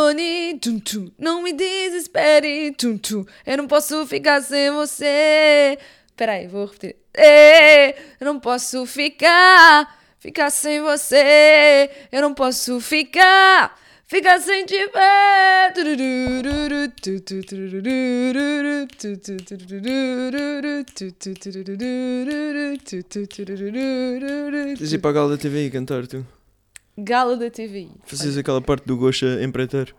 abandone, tum, tum. Não me desespere, tum, tum. Eu não posso ficar sem você. Espera aí, vou repetir. Eu não posso ficar sem você. Eu não posso ficar sem te ver. Tens de ir para a gala da TVI cantar, tu. Gala da TVI. Fazias aquela parte do Gosha empreiteiro.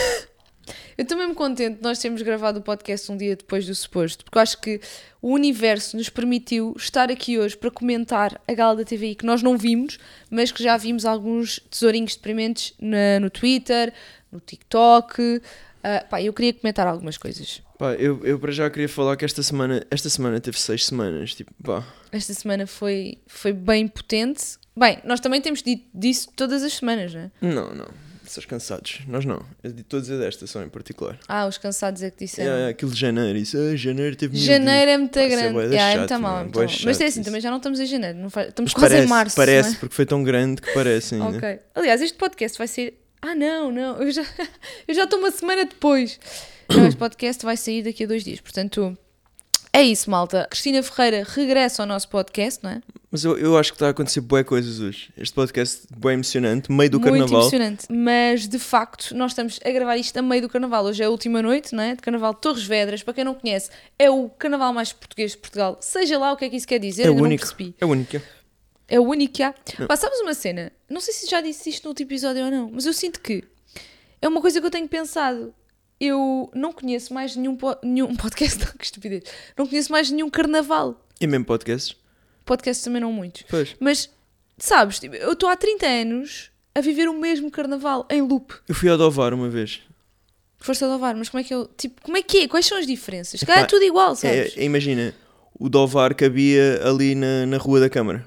Eu estou mesmo contente de nós termos gravado o podcast um dia depois do suposto, porque eu acho que o universo nos permitiu estar aqui hoje para comentar a gala da TVI que nós não vimos, mas que já vimos alguns tesourinhos deprimentes no Twitter, no TikTok. Eu queria comentar algumas coisas. Pá, eu para já queria falar que esta semana teve 6 semanas, tipo, pá. Esta semana foi bem potente. Bem, nós também temos dito disso todas as semanas, não é? Não. Estás cansados. Nós não. Eu estou a dizer desta só em particular. Os cansados é que disseram. Aquilo de janeiro. Janeiro teve muito. Janeiro é muito grande. É muito mal. Mas é assim, também já não estamos em janeiro. Estamos mas quase em março. Parece, não é? Porque foi tão grande que parece ainda. Ok. Aliás, este podcast vai ser... não. Eu já estou uma semana depois. Não, este podcast vai sair daqui a 2 dias. Portanto, é isso, malta. Cristina Ferreira regressa ao nosso podcast, não é? Mas eu acho que está a acontecer bué coisas hoje. Este podcast bué emocionante, meio do Muito carnaval. Muito emocionante. Mas, de facto, nós estamos a gravar isto a meio do carnaval. Hoje é a última noite, não é? De Carnaval de Torres Vedras. Para quem não conhece, é o carnaval mais português de Portugal. Seja lá o que é que isso quer dizer, É ainda único. não percebi. É único. É o único que há. Sabes uma cena? Não sei se já disse isto no último episódio ou não, mas eu sinto que é uma coisa que eu tenho pensado. Eu não conheço mais nenhum podcast, que estupidez. Não conheço mais nenhum carnaval. E mesmo podcasts? Podcasts também não muitos. Pois. Mas, sabes, eu estou há 30 anos a viver o mesmo carnaval, em loop. Eu fui ao Dovar uma vez. Foste a lavar, mas como é que eu... Tipo, como é que é? Quais são as diferenças? É tudo igual, sabes? Imagina, o Dovar cabia ali na Rua da Câmara.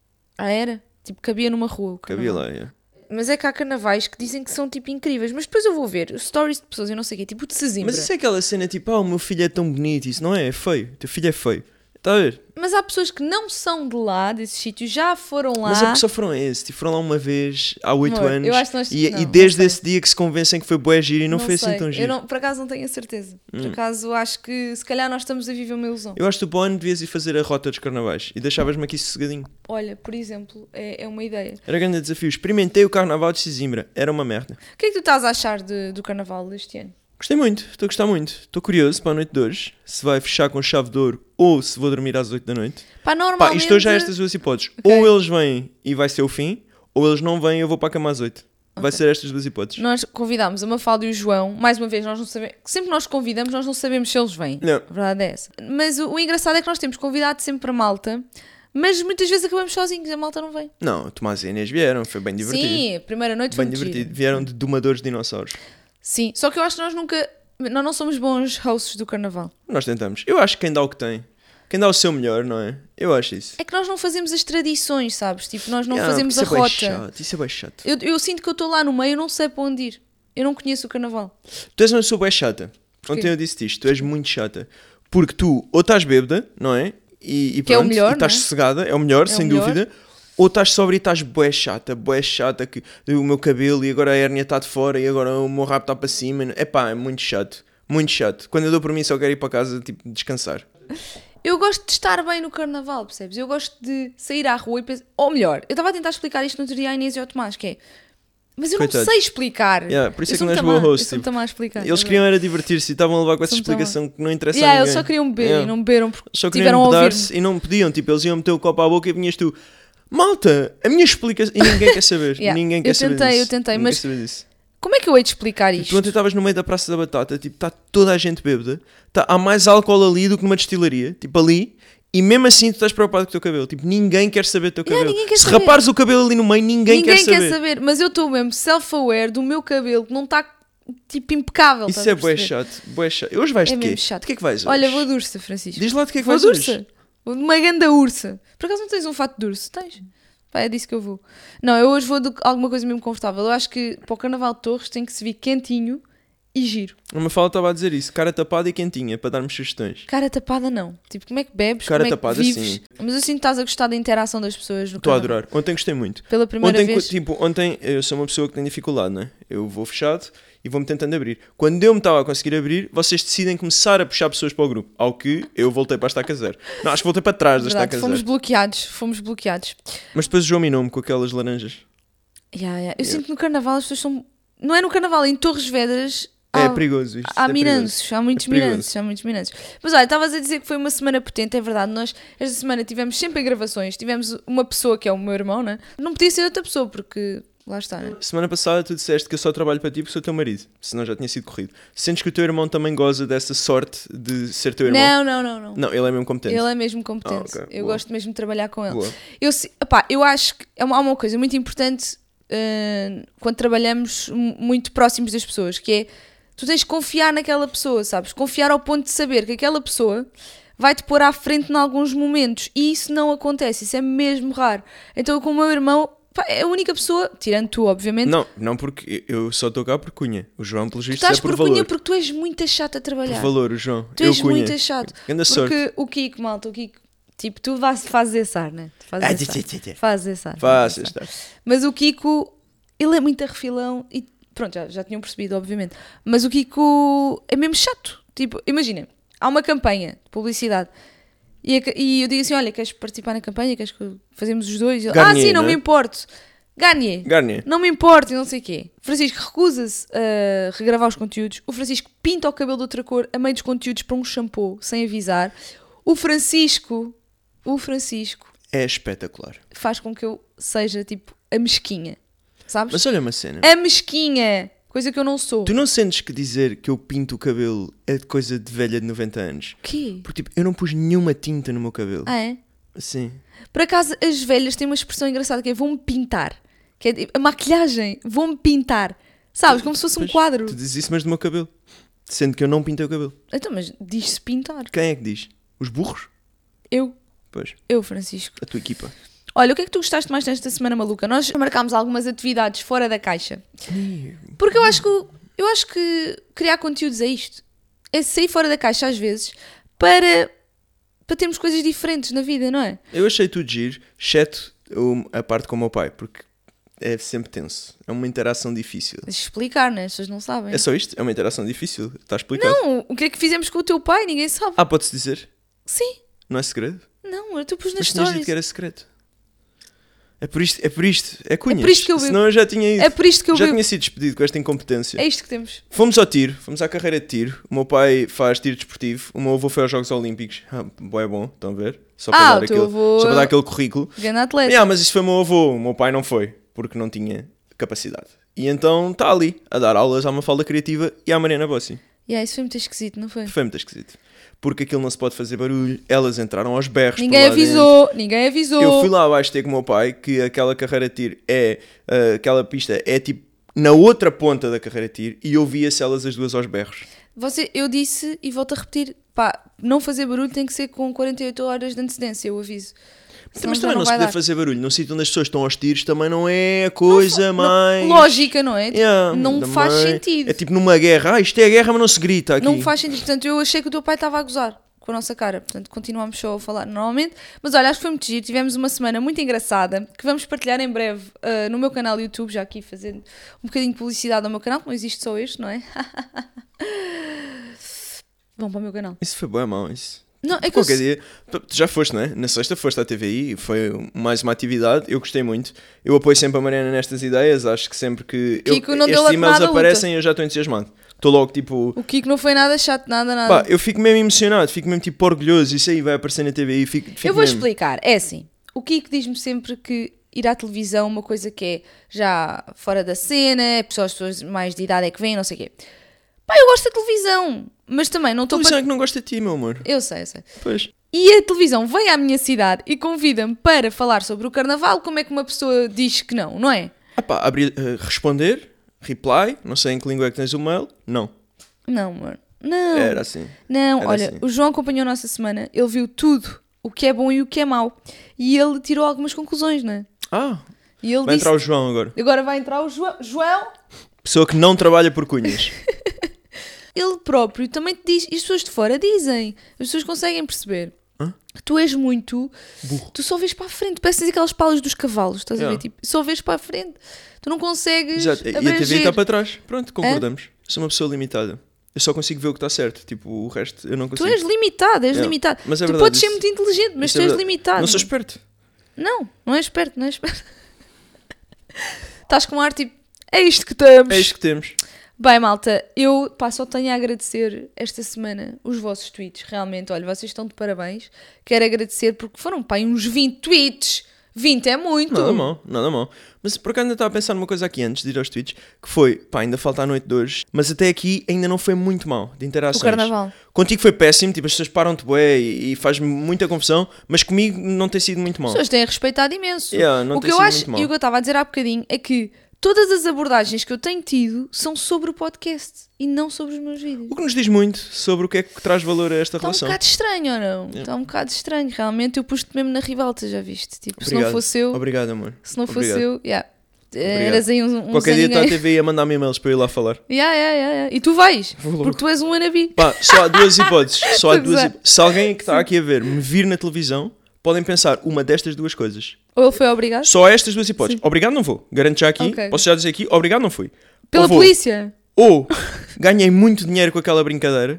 Era? Tipo, cabia numa rua o carnaval. Cabia lá, Mas é que há carnavais que dizem que são, tipo, incríveis. Mas depois eu vou ver stories de pessoas, eu não sei o quê, tipo o de Sesimbra. Mas isso é aquela cena tipo, o meu filho é tão bonito, isso não é feio. O teu filho é feio. Está a ver? Mas há pessoas que não são de lá, desses sítios, já foram lá. Mas é porque só foram a esse. Tipo, foram lá uma vez, há 8 anos. Eu acho que nós... E desde esse dia que se convencem que foi bué giro e não foi assim tão giro. Eu por acaso não tenho a certeza. Por acaso acho que se calhar nós estamos a viver uma ilusão. Eu acho que tu para o ano devias ir fazer a rota dos carnavais e deixavas-me aqui sossegadinho. Olha, por exemplo, é uma ideia. Era grande desafio. Experimentei o carnaval de Sesimbra. Era uma merda. O que é que tu estás a achar do carnaval deste ano? Gostei muito. Estou a gostar muito. Estou curioso para a noite de hoje. Se vai fechar com chave de ouro ou se vou dormir às 8 da noite. Normalmente... Isto hoje há estas duas hipóteses. Okay. Ou eles vêm e vai ser o fim, ou eles não vêm e eu vou para a cama às 8. Vai ser estas duas hipóteses. Nós convidámos a Mafalda e o João. Mais uma vez, nós não sabemos... Sempre que nós convidamos, nós não sabemos se eles vêm. Não. A verdade é essa. Mas o engraçado é que nós temos convidado sempre a malta, mas muitas vezes acabamos sozinhos, a malta não vem. Não, Tomás e Inês vieram. Foi bem divertido. Sim, a primeira noite foi bem muito divertido. giro. Vieram de domadores de dinossauros. Sim, só que eu acho que nós nunca... Nós não somos bons hosts do carnaval. Nós tentamos. Eu acho que quem dá o que tem. Quem dá o seu melhor, não é? Eu acho isso. É que nós não fazemos as tradições, sabes? Tipo, nós não fazemos a isso é rota. Chato. Isso é bem chato. Eu sinto que eu estou lá no meio, eu não sei para onde ir. Eu não conheço o carnaval. Tu és uma pessoa bem chata. Ontem eu disse isto. Tu és muito chata. Porque tu ou estás bêbada, não é? E que é o pronto, melhor, e estás sossegada. É o melhor, sem dúvida. Ou estás sóbria e estás bué chata, que o meu cabelo e agora a hérnia está de fora e agora o meu rabo está para cima. É muito chato. Muito chato. Quando eu dou por mim só quero ir para casa, tipo, descansar. Eu gosto de estar bem no carnaval, percebes? Eu gosto de sair à rua e pensar... Ou melhor, eu estava a tentar explicar isto no outro dia à Inês e ao Tomás, que é... Mas eu Coitados. não sei explicar. Por isso é que não és boa host. Eu sou-me a explicar. Eles queriam era divertir-se e estavam a levar com essa explicação que não interessa a ninguém. Eles só queriam beber e não beberam porque só tiveram a ouvir-se e não podiam. Tipo, eles iam meter o copo à boca e vinhas tu... Malta, a minha explicação... E ninguém quer saber. Ninguém quer saber disso. Eu tentei, mas... Quer saber disso. Como é que eu hei de explicar isto? Tu ontem estavas no meio da Praça da Batata, tipo, está toda a gente bêbada, há mais álcool ali do que numa destilaria, tipo ali, e mesmo assim tu estás preocupado com o teu cabelo. Tipo, ninguém quer saber do teu cabelo. Se rapares o cabelo ali no meio, ninguém quer saber. Mas eu estou mesmo self-aware do meu cabelo, que não está, tipo, impecável. Isso é bué chato. Hoje vais de quê? Chato. De que é que vais hoje? Olha, vou de ursa, Francisco. Diz lá de que é que vais hoje. Vou de uma ganda ursa. Por acaso não tens um fato de urso? Tens? Pá, é disso que eu vou. Não, eu hoje vou de alguma coisa mesmo confortável. Eu acho que para o Carnaval de Torres tem que se vir quentinho e giro. A Mafalda estava a dizer isso, cara tapada e quentinha, para darmos sugestões. Cara tapada não. Tipo, como é que bebes? Cara como é tapada, que vives? sim. Mas eu sinto que estás a gostar da interação das pessoas no Estou a carnaval. adorar. Ontem gostei muito. Pela primeira vez. Ontem eu sou uma pessoa que tem dificuldade, não é? Eu vou fechado e vou-me tentando abrir. Quando eu me estava a conseguir abrir, vocês decidem começar a puxar pessoas para o grupo. Ao que eu voltei para a estaca zero. Não, acho que voltei para trás da Verdade, estaca zero. fomos bloqueados. Mas depois o João minou-me com aquelas laranjas. Eu sinto que no carnaval as pessoas são... Não é no carnaval, em Torres Vedras... É perigoso isto. Há é miranços, há muitos perigoso. miranços, há muitos miranços. Mas olha, estavas a dizer que foi uma semana potente, é verdade. Nós, esta semana, tivemos sempre gravações. Tivemos uma pessoa que é o meu irmão, né? Não podia ser outra pessoa, porque lá está, né? Semana passada tu disseste que eu só trabalho para ti porque sou teu marido. Senão já tinha sido corrido. Sentes que o teu irmão também goza dessa sorte de ser teu irmão? Não. Não, ele é mesmo competente. Ele é mesmo competente. Ok, Eu boa. gosto mesmo de trabalhar com ele. Boa. Eu acho que há uma coisa muito importante quando trabalhamos muito próximos das pessoas, que é tu tens de confiar naquela pessoa, sabes? Confiar ao ponto de saber que aquela pessoa vai-te pôr à frente em alguns momentos. E isso não acontece, isso é mesmo raro. Então, com o meu irmão, é a única pessoa, tirando tu, obviamente. Não porque eu só estou cá por cunha. O João, pelos Tu vistos, estás é por por valor. cunha porque tu és muito chato a trabalhar. Por valor, o João. Tu és eu cunha. muito chato. Grande Porque sorte. o Kiko, malta, tipo, tu fazes esse ar, né? Tu fazes esse ar. Faz esta. Mas o Kiko, ele é muito arrefilão e pronto, já tinham percebido, obviamente. Mas o Kiko é mesmo chato. Tipo, imagina, há uma campanha de publicidade e eu digo assim, olha, queres participar na campanha? Queres que fazemos os dois? Ele, Garnier, sim, não não me é? importo. Garnier. Não me importa e não sei o quê. Francisco recusa-se a regravar os conteúdos. O Francisco pinta o cabelo de outra cor a meio dos conteúdos para um shampoo, sem avisar. O Francisco É espetacular. faz com que eu seja, tipo, a mesquinha. Sabes? Mas olha uma cena. A mesquinha. Coisa que eu não sou. Tu não sentes que dizer que eu pinto o cabelo é de coisa de velha de 90 anos? O quê? Porque tipo, eu não pus nenhuma tinta no meu cabelo. Ah, é? Assim. Por acaso, as velhas têm uma expressão engraçada que é vão-me pintar. Que é a maquilhagem. Vão-me pintar. Sabes? Como se fosse um Pois, quadro. Tu dizes isso, mas do meu cabelo. Sendo que eu não pintei o cabelo. Então, mas diz-se pintar. Quem é que diz? Os burros? Pois, Eu, Francisco. a tua equipa. Olha, o que é que tu gostaste mais nesta semana maluca? Nós marcámos algumas atividades fora da caixa. Porque eu acho que criar conteúdos é isto. É sair fora da caixa às vezes para termos coisas diferentes na vida, não é? Eu achei tudo giro, exceto a parte com o meu pai, porque é sempre tenso. É uma interação difícil. Deixa eu explicar, né? As pessoas não sabem. É só isto? É uma interação difícil. Está explicado. Não, o que é que fizemos com o teu pai? Ninguém sabe. Pode-se dizer? Sim. Não é segredo? Não, eu pus nas Mas tinhas dito stories. que era secreto. É por isto. É cunhas. É por isto que eu bebo. Senão eu já tinha ido. É por isto que eu Já bebo. tinha sido despedido com esta incompetência. É isto que temos. Fomos ao tiro, fomos à carreira de tiro. O meu pai faz tiro desportivo. O meu avô foi aos Jogos Olímpicos. É bom, estão a ver? Só para, o teu avô- só para dar aquele currículo. Grande atleta. Mas isso foi o meu avô. O meu pai não foi, porque não tinha capacidade. E então está ali, a dar aulas à Mafalda Criativa e à Mariana Bossi. Isso foi muito esquisito, não foi? Foi muito esquisito. Porque aquilo não se pode fazer barulho. Elas entraram aos berros. Ninguém por lá dentro. ninguém avisou. Eu fui lá abaixo ter com o meu pai que aquela carreira de tiro aquela pista é tipo na outra ponta da carreira de tiro e eu via-se elas as duas aos berros. Eu disse e volto a repetir, não fazer barulho tem que ser com 48 horas de antecedência, eu aviso. Senão Mas já também não se vai poder dar. fazer barulho num sítio onde as pessoas estão aos tiros também não é a coisa mais... Lógica, não é? Não também faz sentido. É tipo numa guerra, isto é a guerra mas não se grita aqui. Não faz sentido. Portanto, eu achei que o teu pai estava a gozar com a nossa cara. Portanto, continuamos só a falar normalmente. Mas olha, acho que foi muito giro. Tivemos uma semana muito engraçada que vamos partilhar em breve no meu canal YouTube. Já aqui fazendo um bocadinho de publicidade ao meu canal, que não existe só este, não é? Vão para o meu canal. Isso foi bom, é mau, isso. Não, é que Qualquer dia, tu já foste, não é? Na sexta foste à TVI, foi mais uma atividade, eu gostei muito. Eu apoio sempre a Mariana nestas ideias, acho que sempre que Kiko não deu estes logo e-mails nada à aparecem eu já estou entusiasmado. Estou logo tipo... O Kiko não foi nada chato, nada. Pá, eu fico mesmo emocionado, fico mesmo tipo orgulhoso, isso aí vai aparecer na TVI, fico Eu vou mesmo. explicar, é assim, o Kiko diz-me sempre que ir à televisão é uma coisa que é já fora da cena, é só as pessoas mais de idade é que vêm, não sei o quê. Pá, eu gosto da televisão, mas também não estou Tu é que não gosta de ti, meu amor. Eu sei. Pois. E a televisão vem à minha cidade e convida-me para falar sobre o carnaval, como é que uma pessoa diz que não é? Responder, reply, não sei em que língua é que tens o mail, não. Não, amor, não. Era assim. Não, Era olha, assim. o João acompanhou a nossa semana, ele viu tudo, o que é bom e o que é mau, e ele tirou algumas conclusões, não é? E ele Vai disse... entrar o João agora. Agora vai entrar o João... Pessoa que não trabalha por cunhas. ele próprio também te diz, e as pessoas de fora dizem, as pessoas conseguem perceber. Que tu és muito burro. Tu só vês para a frente, pareces aquelas palas dos cavalos, estás a ver? Tipo, só vês para a frente, tu não consegues. Exato. E a abranger. TV está para trás. Pronto, concordamos. Eu sou uma pessoa limitada. Eu só consigo ver o que está certo. Tipo, o resto eu não consigo. Tu és limitado, limitado. Mas é tu verdade, podes ser muito inteligente, mas tu és limitado. Não sou esperto. Não és esperto, não és esperto. Estás com um ar tipo, é isto que temos. É isto que temos. Bem, malta, eu só tenho a agradecer esta semana os vossos tweets. Realmente, olha, vocês estão de parabéns. Quero agradecer porque foram, pá, uns 20 tweets. 20 é muito. Nada mal. Mas por acaso ainda estava a pensar numa coisa aqui antes de ir aos tweets, que foi, pá, ainda falta a noite de hoje, mas até aqui ainda não foi muito mal de interações. O carnaval. Contigo foi péssimo, tipo, as pessoas param-te bué e faz-me muita confusão, mas comigo não tem sido muito mal. As pessoas têm respeitado imenso. Não o tem que eu sido acho, muito mal. e o que eu estava a dizer há bocadinho, é que todas as abordagens que eu tenho tido são sobre o podcast e não sobre os meus vídeos. O que nos diz muito sobre o que é que traz valor a esta Está um relação. bocado estranho, ou não? Está um bocado estranho. Realmente eu pus-te mesmo na ribalta, já viste? Tipo, Obrigado. se não fosse eu... Obrigado, amor. Se não fosse Obrigado. eu... Eras aí um Qualquer dia está a ninguém. TV a mandar-me e-mails para eu ir lá falar. E tu vais, Vou logo. porque tu és um wannabe. Pá, só há duas hipóteses. Pois é. Se alguém que está aqui a ver me vir na televisão, podem pensar uma destas duas coisas. Ou ele foi obrigado? Só estas duas hipóteses. Sim. Obrigado, não vou. Garanto já aqui. Ok. Posso já dizer aqui. Obrigado, não fui. Pela Ou vou. polícia? Ou ganhei muito dinheiro com aquela brincadeira,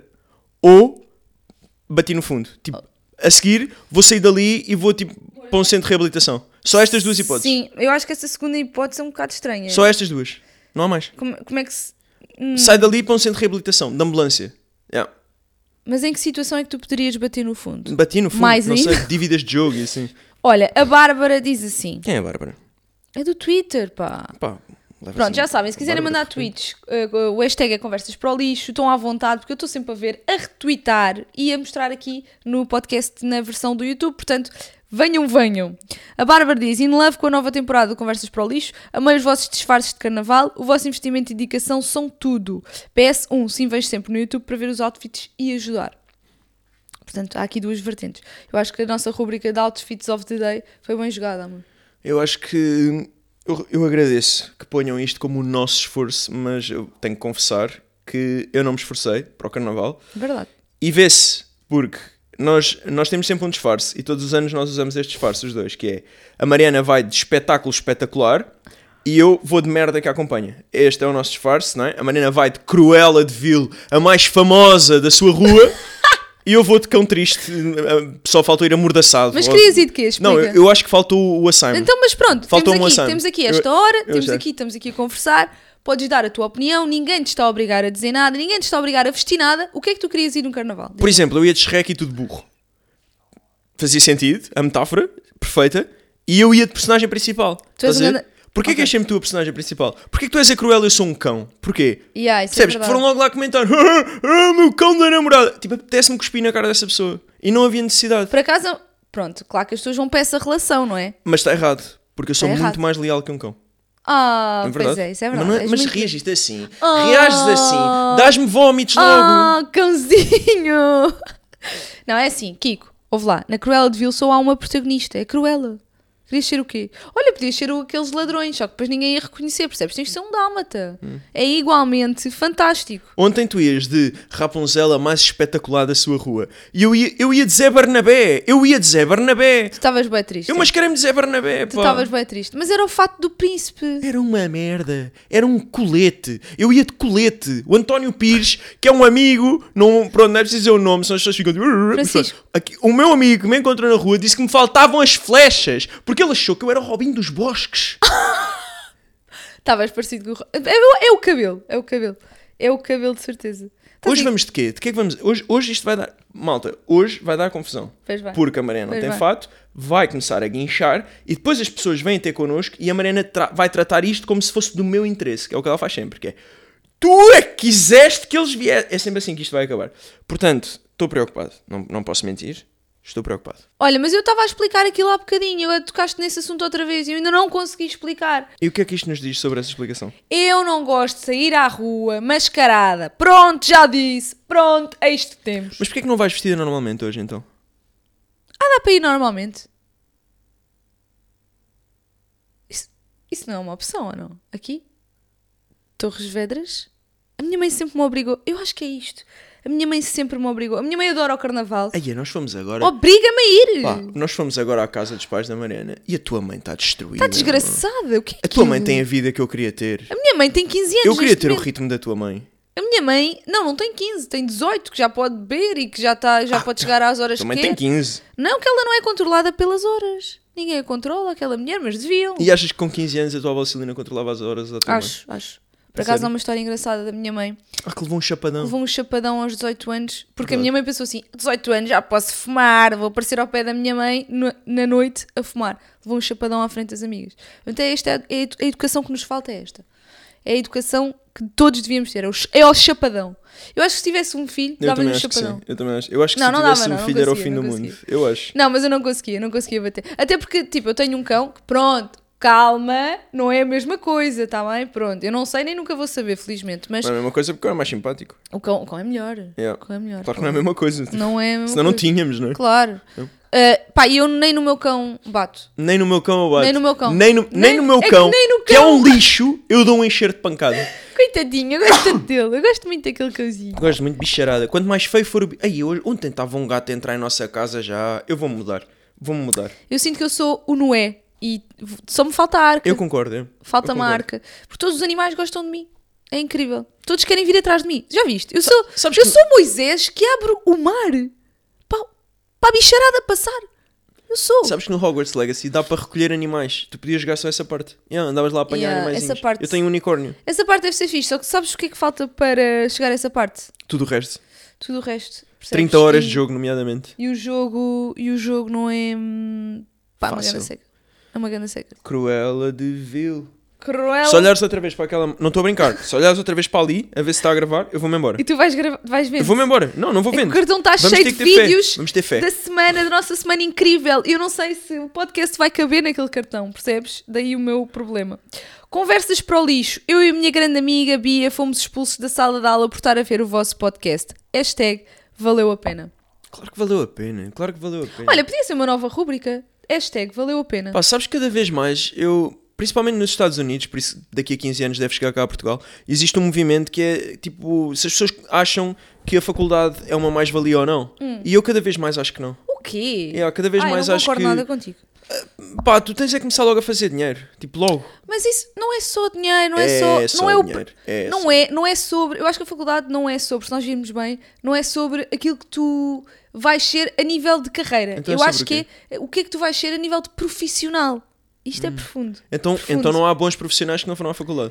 ou bati no fundo. Tipo, a seguir vou sair dali e vou tipo para um centro de reabilitação. Só estas duas hipóteses. Sim, eu acho que essa segunda hipótese é um bocado estranha. Só estas duas. Não há mais. Como é que se... Sai dali para um centro de reabilitação, de ambulância. Yeah. Mas em que situação é que tu poderias bater no fundo? Bati no fundo, Mais não ainda? sei, dívidas de jogo e assim. Olha, a Bárbara diz assim. Quem é a Bárbara? É do Twitter, pá. Pá, leva Pronto, assim, já sabem, se quiserem Bárbara mandar de repente. tweets, o hashtag é conversas para o lixo, estão à vontade, porque eu estou sempre a ver, a retweetar e a mostrar aqui no podcast na versão do YouTube, portanto, venham. A Bárbara diz, in love com a nova temporada do Conversas para o Lixo, amei os vossos disfarces de carnaval, o vosso investimento e dedicação são tudo. PS1, sim, vejo sempre no YouTube para ver os outfits e ajudar. Portanto, há aqui duas vertentes. Eu acho que a nossa rubrica de Outfits of the Day foi bem jogada, amor. Eu acho que eu agradeço que ponham isto como o nosso esforço, mas eu tenho que confessar que eu não me esforcei para o carnaval. Verdade. E vê-se, porque nós temos sempre um disfarce e todos os anos nós usamos este disfarce, os dois, que é a Mariana vai de espetáculo espetacular e eu vou de merda que a acompanha. Este é o nosso disfarce, não é? A Mariana vai de Cruella de Vil, a mais famosa da sua rua. E eu vou de cão triste, só faltou ir amordaçado. Mas querias ir de quê? Explica. Não, eu acho que faltou o assignment. Então, mas pronto, Faltou temos um aqui, assignment. temos aqui esta hora, eu sei. estamos aqui a conversar, podes dar a tua opinião, ninguém te está a obrigar a dizer nada, ninguém te está a obrigar a vestir nada. O que é que tu querias ir no carnaval? Por exemplo, eu ia de Shrek e tudo burro. Fazia sentido, a metáfora, perfeita. E eu ia de personagem principal. Tu és Estás a ver? grande- Porquê que és sempre tu a personagem principal? Porquê que tu és a Cruella e eu sou um cão? Porquê? Yeah, isso Percebes? é Que verdade. foram logo lá comentar meu cão da namorada. Tipo, apetece-me cuspir na cara dessa pessoa. E não havia necessidade. Por acaso, pronto, claro que as pessoas vão para essa relação, não é? Mas está errado. Porque eu sou Está muito errado. mais leal que um cão. Ah, É pois verdade. é, isso é verdade. Mas, És mas muito- reagiste assim. Reages assim. Dás-me vómitos logo. Ah, cãozinho! Não, é assim, Kiko, ouve lá, na Cruella de Vil só há uma protagonista, é Cruella. Querias ser o quê? Olha, podias ser aqueles ladrões, só que depois ninguém ia reconhecer, percebes? Tens de ser um dálmata. É igualmente fantástico. Ontem tu ias de Rapunzel a mais espetacular da sua rua. E eu ia de Zé Barnabé. Tu estavas bem triste. Eu mascarei-me de Zé Barnabé, Tu pá. estavas bem triste. Mas era o fato do príncipe. Era uma merda. Era um colete. Eu ia de colete. O António Pires, que é um amigo, pronto, não é preciso dizer o nome, senão as pessoas ficam... Francisco. O meu amigo que me encontrou na rua disse que me faltavam as flechas, porque ele achou que eu era o Robinho dos Bosques. Estavas parecido com o... É o cabelo. É o cabelo de certeza. Estás Hoje aí- vamos de quê? De que é que vamos... Hoje isto vai dar... Malta, hoje vai dar confusão. Pois vai. Porque a Mariana não Pois tem vai. fato, vai começar a guinchar e depois as pessoas vêm ter connosco e a Mariana vai tratar isto como se fosse do meu interesse, que é o que ela faz sempre, que é tu é que quiseste que eles viessem. É sempre assim que isto vai acabar. Portanto, estou preocupado. Não posso mentir. Estou preocupado. Olha, mas eu estava a explicar aquilo há bocadinho, agora tocaste nesse assunto outra vez e eu ainda não consegui explicar. E o que é que isto nos diz sobre essa explicação? Eu não gosto de sair à rua mascarada. Pronto, já disse. Pronto, é isto que temos. Mas porquê é que não vais vestida normalmente hoje, então? Dá para ir normalmente. Isso não é uma opção, ou não? Aqui? Torres Vedras? A minha mãe sempre me obrigou. Eu acho que é isto. A minha mãe sempre me obrigou. A minha mãe adora o carnaval. Aí, nós fomos agora... Obriga-me a ir. Pá, nós fomos agora à casa dos pais da Mariana e a tua mãe está destruída. Está desgraçada. O que é a tua mãe tem a vida que eu queria ter. A minha mãe tem 15 anos. Eu queria ter o ritmo da tua mãe. A minha mãe, não tem 15, tem 18, que já pode beber e que já pode chegar às horas que quer. Também tem 15. Não, que ela não é controlada pelas horas. Ninguém a controla, aquela mulher, mas deviam. E achas que com 15 anos a tua avó Celina controlava as horas da tua mãe? Acho. Por acaso há uma história engraçada da minha mãe. Que levou um chapadão. Levou um chapadão aos 18 anos, porque a minha mãe pensou assim, 18 anos já posso fumar, vou aparecer ao pé da minha mãe na noite a fumar. Levou um chapadão à frente das amigas. Então a educação que nos falta é esta. É a educação que todos devíamos ter, é o chapadão. Eu acho que se tivesse um filho, dava-lhe um chapadão. Eu também acho. Eu acho que se tivesse um filho era o fim do mundo. Eu acho. Não, mas eu não conseguia bater. Até porque, tipo, eu tenho um cão que, pronto, calma, não é a mesma coisa, está bem? Pronto, eu não sei nem nunca vou saber, felizmente. Mas não é a mesma coisa porque o cão é mais simpático. O cão é melhor. Yeah. O cão é melhor. Claro que não é a mesma coisa. Não é a mesma Senão coisa. não tínhamos, não é? Claro. Eu nem no meu cão bato. Nem no meu cão eu bato. Nem no meu cão. Nem no meu cão, que é um lixo, eu dou um enxerto de pancada. Coitadinho, eu gosto tanto dele. Eu gosto muito daquele cãozinho. Gosto muito de bicharada. Quanto mais feio for o bicho... Ontem estava um gato a entrar em nossa casa já. Eu vou-me mudar. Eu sinto que eu sou o Noé. E só me falta a arca. Eu concordo. Falta-me a arca. Porque todos os animais gostam de mim. É incrível. Todos querem vir atrás de mim. Já viste? Eu sou Moisés que abre o mar para a bicharada passar. Eu sou. Sabes que no Hogwarts Legacy dá para recolher animais. Tu podias jogar só essa parte. Andavas lá a apanhar animais. Eu tenho um unicórnio. Essa parte deve ser fixe. Só que sabes o que é que falta para chegar a essa parte? Tudo o resto. Percebes? 30 horas de jogo, nomeadamente. E o jogo não é... Pá, uma grande seca. É uma grande seca. Cruella de Vil. Se olhares outra vez para aquela... Não estou a brincar. Se olhares outra vez para ali, a ver se está a gravar, eu vou-me embora. E tu vais vendo? Eu vou-me embora. Não vou vendo. O cartão está cheio de vídeos Vamos ter fé. da nossa semana incrível. Eu não sei se o podcast vai caber naquele cartão, percebes? Daí o meu problema. Conversas para o lixo. Eu e a minha grande amiga Bia fomos expulsos da sala de aula por estar a ver o vosso podcast. #valeu a pena. Claro que valeu a pena. Olha, podia ser uma nova rúbrica. #valeu a pena. Pá, sabes que cada vez mais principalmente nos Estados Unidos, por isso daqui a 15 anos deve chegar cá a Portugal, existe um movimento que é tipo, se as pessoas acham que a faculdade é uma mais-valia ou não. E eu cada vez mais acho que não. O quê? Cada vez mais acho que... não concordo nada contigo. Pá, tu tens é que começar logo a fazer dinheiro. Tipo, logo. Mas isso não é só dinheiro, não é sobre... Eu acho que a faculdade não é sobre, se nós virmos bem, não é sobre aquilo que tu vais ser a nível de carreira. Então eu acho que é o que é que tu vais ser a nível de profissional. Isto é profundo. Então não há bons profissionais que não foram à faculdade.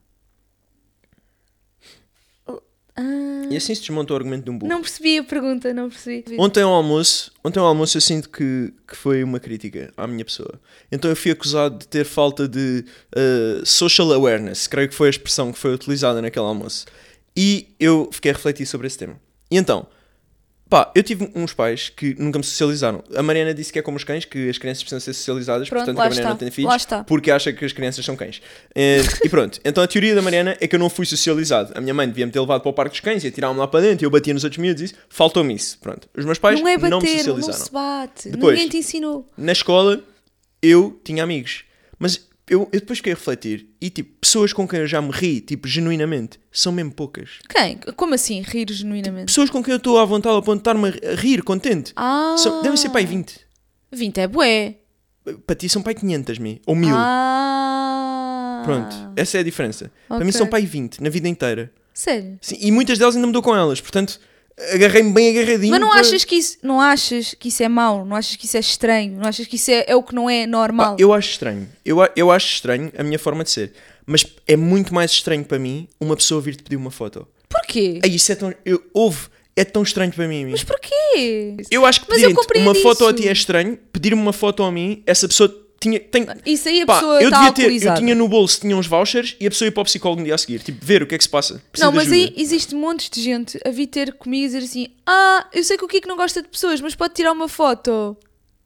E assim se desmonta o argumento de um burro. Não percebi a pergunta, não percebi. Ontem ao almoço eu sinto que foi uma crítica à minha pessoa. Então eu fui acusado de ter falta de social awareness, creio que foi a expressão que foi utilizada naquele almoço. E eu fiquei a refletir sobre esse tema. E então, eu tive uns pais que nunca me socializaram. A Mariana disse que é como os cães, que as crianças precisam ser socializadas, pronto, portanto a Mariana não tem filhos, porque acha que as crianças são cães. E pronto, então a teoria da Mariana é que eu não fui socializado. A minha mãe devia-me ter levado para o parque dos cães e tirar-me lá para dentro e eu batia nos outros miúdos e isso, faltou-me isso. Pronto. Os meus pais não me socializaram. Não se bate, depois, ninguém te ensinou. Na escola, eu tinha amigos, mas eu depois fiquei a refletir e tipo, pessoas com quem eu já me ri, tipo, genuinamente, são mesmo poucas. Quem? Como assim, rir genuinamente? Pessoas com quem eu estou à vontade a ponto de estar-me a rir, contente. Devem ser pai 20. 20 é bué. Para ti são pai 500 mil, ou 1000. Pronto, essa é a diferença. Okay. Para mim são pai 20, na vida inteira. Sério? Sim, e muitas delas ainda me dou com elas, portanto... Agarrei-me bem agarradinho. Mas não achas que isso é mau? Não achas que isso é estranho? Não achas que isso é o que não é normal? Eu acho estranho. Eu acho estranho a minha forma de ser. Mas é muito mais estranho para mim uma pessoa vir-te pedir uma foto. Porquê? Isso é tão... É tão estranho para mim. Mas porquê? Eu acho que pedirem-te uma foto a ti é estranho. Pedir-me uma foto a mim, essa pessoa... Isso aí a pessoa está alcoolizada. Eu tinha no bolso, tinha uns vouchers e a pessoa ia para o psicólogo no dia a seguir. Tipo, ver o que é que se passa. Não, mas aí existe montes de gente a vir ter comigo e dizer assim: eu sei que o Kiko não gosta de pessoas, mas pode tirar uma foto.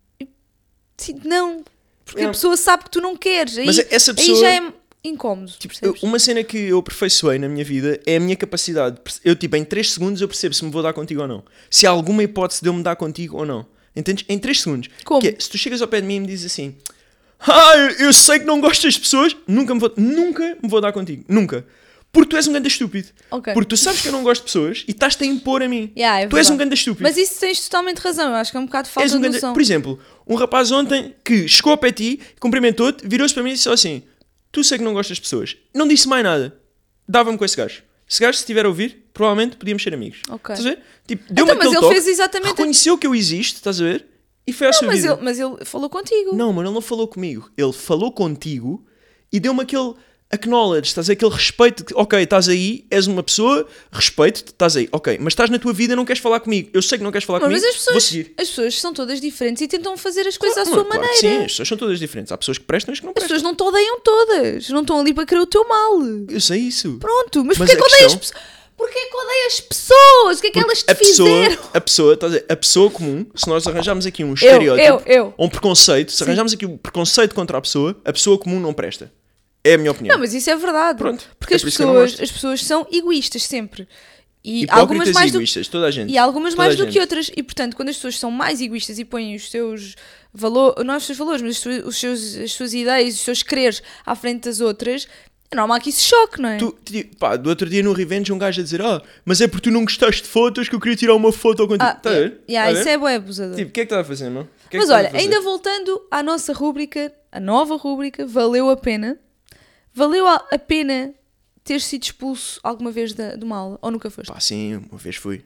Não, porque a pessoa sabe que tu não queres. Mas essa pessoa... Aí já é incómodo. Tipo, uma cena que eu aperfeiçoei na minha vida é a minha capacidade. Eu, tipo, em 3 segundos eu percebo se me vou dar contigo ou não. Se há alguma hipótese de eu me dar contigo ou não. Entendes? Em 3 segundos. Como? Que é, se tu chegas ao pé de mim e me dizes assim... eu sei que não gostas de pessoas, nunca me vou dar contigo. Nunca. Porque tu és um ganda estúpido. Ok. Porque tu sabes que eu não gosto de pessoas e estás-te a impor a mim. Yeah, é tu és um verdade. ganda estúpido. Mas isso tens totalmente razão. Eu acho que é um bocado de falta És um de ganda... noção. Por exemplo, um rapaz ontem que chegou ao pé de ti, cumprimentou-te, virou-se para mim e disse só assim: tu sei que não gostas de pessoas. Não disse mais nada. Dava-me com esse gajo. Esse gajo, se estiver a ouvir, provavelmente podíamos ser amigos. Ok. Estás a ver? Tipo, deu-me Então, mas aquele ele toque, fez exatamente... reconheceu que eu existo, estás a ver? E foi à sua vida. Mas ele falou contigo. Não, mano, ele não falou comigo. Ele falou contigo e deu-me aquele acknowledge, estás a ver? Aquele respeito. De, ok, estás aí, és uma pessoa, respeito-te, estás aí. Ok, mas estás na tua vida e não queres falar comigo. Eu sei que não queres falar comigo, Mas vou seguir. as pessoas são todas diferentes e tentam fazer as coisas à Mano, sua claro que maneira. sim, as pessoas são todas diferentes. Há pessoas que prestam e as que não As prestam. pessoas não te odeiam todas. Não estão ali para querer o teu mal. Eu sei isso. Pronto, mas Mas porquê a que odeias questão- pessoas? Porquê que odeias pessoas? O que é que elas te fizeram? Estás a ver? A pessoa comum, se nós arranjarmos aqui um estereótipo, eu. ou um preconceito, se arranjarmos aqui um preconceito contra a pessoa comum não presta. É a minha opinião. Não, mas isso é verdade. Pronto, Porque é as por isso que eu não gosto. pessoas são egoístas sempre. E Hipócritas algumas mais e egoístas, toda a gente. E algumas Toda mais a do gente. que outras. E portanto, quando as pessoas são mais egoístas e põem os seus valores, não os seus valores, mas as suas ideias, os seus quereres à frente das outras, é normal que isso choque, não é? Do outro dia no Revenge um gajo a dizer mas é porque tu não gostaste de fotos que eu queria tirar uma foto contigo. Está a ver? Tá a ver? Isso é bué abusador. Tipo, o que é que está a fazer, meu? Que é que Mas estás a olha, fazer? ainda voltando à nossa rúbrica, a nova rúbrica, valeu a pena? Valeu a pena ter sido expulso alguma vez de uma aula? Ou nunca foste? Pá, sim, uma vez fui.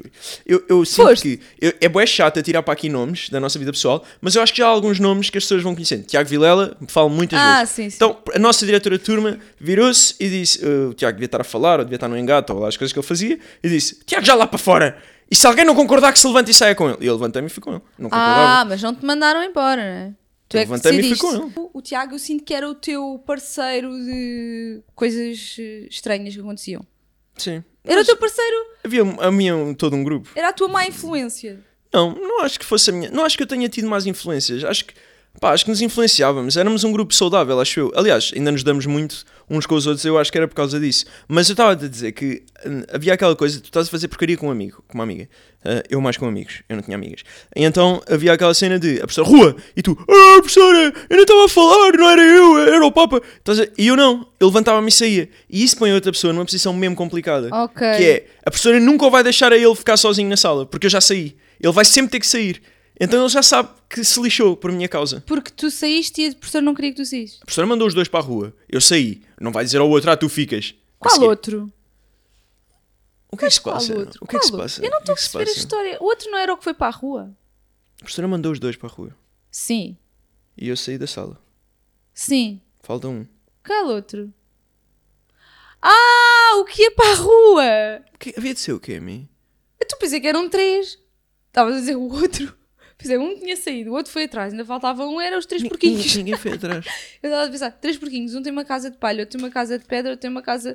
Eu sinto Foste? que... é bué chato a tirar para aqui nomes da nossa vida pessoal, mas eu acho que já há alguns nomes que as pessoas vão conhecendo. Tiago Vilela, falo muitas vezes. Sim, sim. Então, a nossa diretora de turma virou-se e disse, o Tiago devia estar a falar, ou devia estar no engate, ou lá as coisas que ele fazia, e disse, Tiago, já lá para fora! E se alguém não concordar que se levante e saia com ele? E eu levantei-me e fui com ele. Não concordava. Mas não te mandaram embora, não é? Tu Eu é que levantei-me e fui decidiste. com ele. O Tiago, eu sinto que era o teu parceiro de coisas estranhas que aconteciam. Sim. Era o teu parceiro, Havia todo um grupo. era a tua má influência. Não acho que fosse a minha. Não acho que eu tenha tido mais influências. Acho que nos influenciávamos. Éramos um grupo saudável, acho eu. Aliás, ainda nos damos muito uns com os outros. Eu acho que era por causa disso. Mas eu estava a dizer que havia aquela coisa: tu estás a fazer porcaria com um amigo, com uma amiga. Eu mais com amigos. Eu não tinha amigas. E então havia aquela cena de a professora, rua! E tu, professora, eu não estava a falar, não era eu, era o Papa. E eu não. Eu levantava-me e saía. E isso põe outra pessoa numa posição mesmo complicada. Ok. Que é, a professora nunca o vai deixar a ele ficar sozinho na sala, porque eu já saí. Ele vai sempre ter que sair. Então ele já sabe que se lixou por minha causa. Porque tu saíste e a professora não queria que tu saísse. A professora mandou os dois para a rua. Eu saí. Não vai dizer ao outro, tu ficas. A Qual seguir. outro? O que é que se Qual passa? outro? O que é que se Qual passa? outro? Eu não O que estou é a que se perceber a passa? história. O outro não era o que foi para a rua? A professora mandou os dois para a rua. Sim. E eu saí da sala. Sim. Falta um. Qual outro? O que ia para a rua? Havia de ser o quê, a mim? Tu pensei que eram 3. Estavas a dizer o outro. Pensei, um tinha saído, o outro foi atrás. Ainda faltava um, eram os 3 porquinhos. Ninguém foi atrás. Eu estava a pensar, 3 porquinhos. Um tem uma casa de palha, outro tem uma casa de pedra, outro tem uma casa...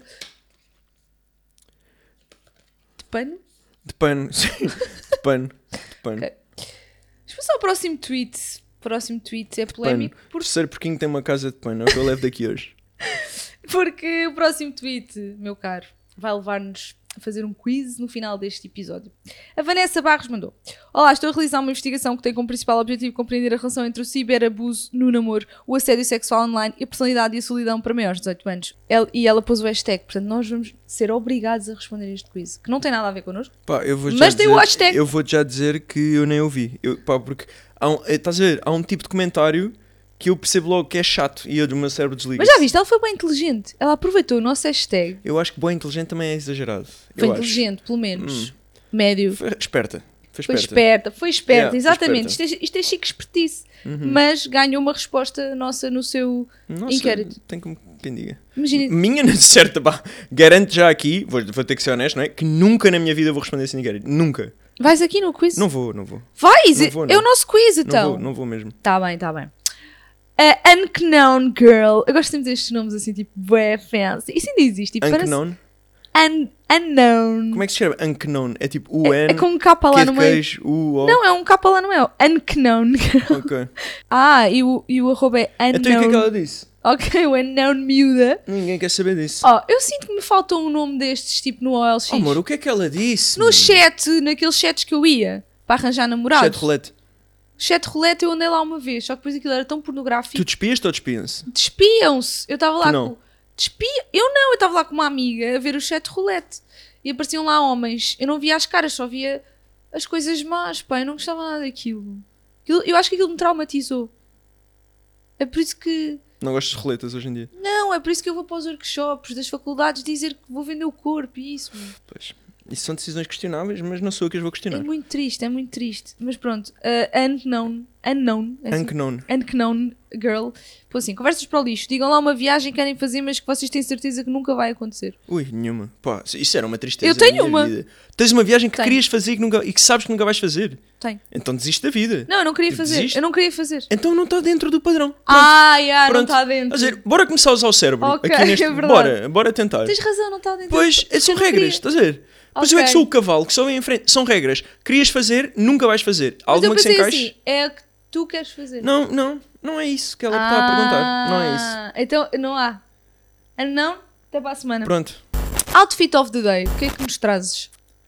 de pano? De pano. Sim. De pano. Ok. Vamos passar ao próximo tweet. O próximo tweet é polémico. O terceiro porquinho tem uma casa de pano. É o que eu levo daqui hoje. Porque o próximo tweet, meu caro, vai levar-nos a fazer um quiz no final deste episódio. A Vanessa Barros mandou: olá, estou a realizar uma investigação que tem como principal objetivo compreender a relação entre o ciberabuso no namoro, o assédio sexual online e a personalidade e a solidão para maiores de 18 anos. Ela pôs o hashtag, portanto nós vamos ser obrigados a responder este quiz, que não tem nada a ver connosco. Pá, eu vou Mas tem o hashtag. Eu vou já dizer que eu nem ouvi. Porque estás a ver? Há um tipo de comentário que eu percebo logo que é chato e o meu cérebro desliga. Mas já viste, ela foi bem inteligente. Ela aproveitou o nosso hashtag. Eu acho que bem inteligente também é exagerado. Foi Eu inteligente, pelo menos. Médio. acho. Foi esperta. Foi esperta, Yeah, foi exatamente. esperta. Isto é chique expertise. Mas ganhou uma resposta nossa no seu Nossa, inquérito. tem como quem diga. Imagina. Minha, certa, pá, garanto já aqui, vou ter que ser honesto, não é? Que nunca na minha vida vou responder esse inquérito. Nunca. Vais aqui no quiz? Não vou. Vais! Não vou, É não. o nosso quiz, então. Não vou mesmo. Tá bem. A Unknown Girl. Eu gosto sempre destes nomes assim, tipo, bué fancy. Isso ainda existe. Tipo, Unknown? Unknown. Como é que se escreve Unknown? É tipo UN, É com um capa lá Q no de meio. queijo, U, O. Não, é um capa lá no meio. Unknown Girl. Ok. E o arroba é Então e o que é que Unknown. ela disse? Ok, o Unknown miúda. Ninguém quer saber disso. Eu sinto que me falta um nome destes, tipo no OLX. Oh, amor, o que é que ela disse? No chat, naqueles chats que eu ia para arranjar namorados. Chat rolete. Chat roulette eu andei lá uma vez, só que depois aquilo era tão pornográfico. Tu despias-te ou despiam-se? Despiam-se. Eu estava lá Tu não. com... Despia. Eu estava lá com uma amiga a ver o chat roulette. E apareciam lá homens. Eu não via as caras, só via as coisas más, pá. Eu não gostava nada daquilo. Eu acho que aquilo me traumatizou. É por isso que... Não gosto de roletas hoje em dia. Não, é por isso que eu vou para os workshops das faculdades dizer que vou vender o corpo e isso. Pois. Isso são decisões questionáveis, mas não sou eu que as vou questionar. É muito triste. Mas pronto, unknown girl. Pô, assim, conversas para o lixo. Digam lá uma viagem que querem fazer, mas que vocês têm certeza que nunca vai acontecer. Ui, nenhuma. Pá, isso era uma tristeza. Eu tenho da minha uma. vida. Tens uma viagem que Tenho. querias fazer e que sabes que nunca vais fazer. Tenho. Então desiste da vida. Não, eu não queria Tu fazer. desistes? Eu não queria fazer. Então não está dentro do padrão. Pronto. Não Pronto. está dentro. Quer dizer, bora começar a usar o cérebro. Ok, aqui neste... é verdade. Bora tentar. Tens razão, não está dentro. Pois, Eu são não regras, queria. estás a ver? Mas eu é que Ok. sou o cavalo que só vem em frente. São regras. Querias fazer, nunca vais fazer. Mas eu Alguma que se pensei encaixe? assim, é o que tu queres fazer. Não é isso que ela está a perguntar. Não é isso. Então, não há. Não, até para a semana. Pronto. Outfit of the day, o que é que nos trazes?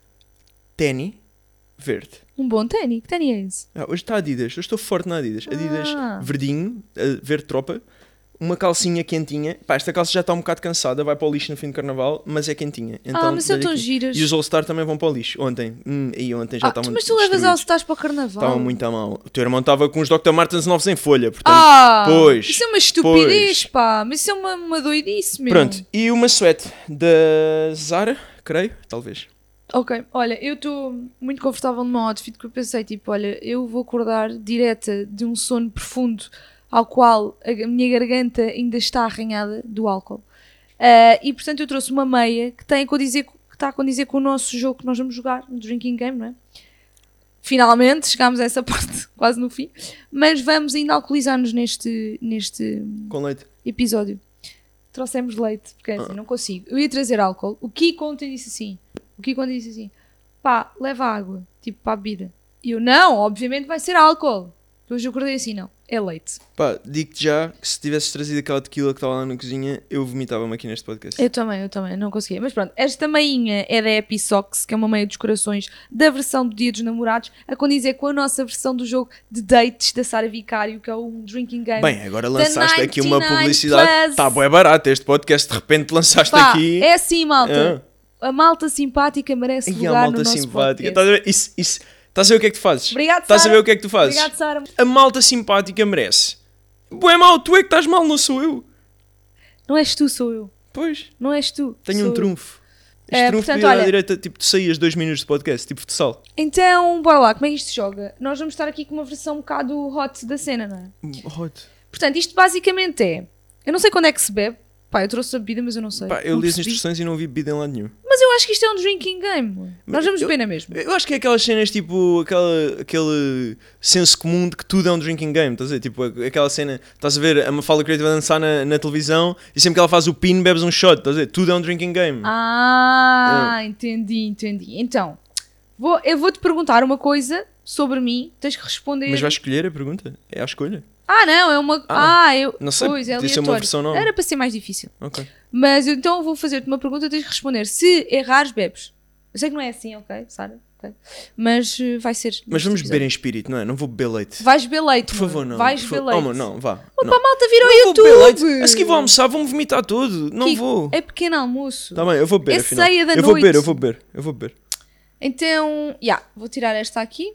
Ténis verde. Um bom ténis, que ténis é esse? Hoje está Adidas. Eu estou forte na Adidas. Adidas Ah. verdinho, verde tropa. Uma calcinha quentinha. Pá, esta calça já está um bocado cansada. Vai para o lixo no fim do carnaval, mas é quentinha. Então, mas são dá-lhe tão aqui. giras. E os All-Star também vão para o lixo. Ontem já estavam Mas tu levas destruídos. aos estás para o carnaval. Estavam muito a mal. O teu irmão estava com os Dr. Martens novos em folha. Portanto, pois. Isso é uma estupidez, pá. Mas isso é uma doidice, meu. Pronto. E uma suéte da Zara, creio, talvez. Ok, olha, eu estou muito confortável no meu outfit porque eu pensei, tipo, olha, eu vou acordar direta de um sono profundo ao qual a minha garganta ainda está arranhada do álcool. E portanto eu trouxe uma meia que está a condizer com o nosso jogo que nós vamos jogar, no Drinking Game, não é? Finalmente chegámos a essa parte, quase no fim, mas vamos ainda alcoolizar-nos neste Com leite. episódio. Trouxemos leite, porque é assim, não consigo. Eu ia trazer álcool. O Kiko ontem disse assim, pá, leva água, tipo, para a bebida. E eu, não, obviamente vai ser álcool. Depois eu acordei assim, não, é leite. Pá, digo-te já que se tivesses trazido aquela tequila que estava lá na cozinha, eu vomitava-me aqui neste podcast. Eu também, não conseguia. Mas pronto, esta meinha é da Episox, que é uma meia dos corações da versão do Dia dos Namorados, a condizer com a nossa versão do jogo de dates da Sara Vicário, que é um drinking game. Bem, agora lançaste aqui uma 99 publicidade. Plus. Está bué barato este podcast, de repente lançaste Pá, aqui. é assim, malta. A malta simpática merece E a lugar malta no nosso simpática. podcast. Estás a ver? Isso. Estás a ver o que é que tu fazes? Obrigado, Estás a Sara. ver o que é que tu fazes? Obrigado, Sara. A malta simpática merece. Bué mal, tu é que estás mal, não sou eu. Não és tu, sou eu. Pois, Não és tu. tenho sou um eu. trunfo. Este trunfo portanto, podia dar olha- direito, tipo, tu saías 2 minutos de podcast, tipo futsal. Então, bora lá, como é que isto se joga? Nós vamos estar aqui com uma versão um bocado hot da cena, não é? Hot. Portanto, isto basicamente é... Eu não sei quando é que se bebe. Pá, eu trouxe a bebida, mas eu não sei. Pá, eu Não li as percebi. instruções e não vi bebida em lado nenhum. Mas eu acho que isto é um drinking game. Nós vamos beber na mesma. Eu acho que é aquelas cenas tipo aquele senso comum de que tudo é um drinking game, estás a ver? Tipo aquela cena, estás a ver a Mafalda Creative a dançar na televisão e sempre que ela faz o pin bebes um shot, estás a ver? Tudo é um drinking game. Entendi. Então, eu vou-te perguntar uma coisa sobre mim, tens que responder. Mas vais escolher a pergunta? É à escolha? Não, é uma... não sei, Pois, é podia ser uma aleatório. versão nova. Era para ser mais difícil. Ok. Mas então eu vou fazer-te uma pergunta e tens que responder. Se errares, bebes. Eu sei que não é assim, ok, Sara? Ok. Mas vai ser. Mas vamos beber em espírito, não é? Não vou beber leite. Vais beber leite. Por favor, amor. não. Vais Por beber favor. leite. Oh, mano, não, vá. Opa, Não. a malta virou Não vou beber YouTube. leite. A seguir vou almoçar, vou-me vomitar todo. Não Kiko, vou. É pequeno almoço. Tá bem, eu vou beber, É afinal. ceia da eu vou noite. beber, eu vou beber. Então, vou tirar esta aqui.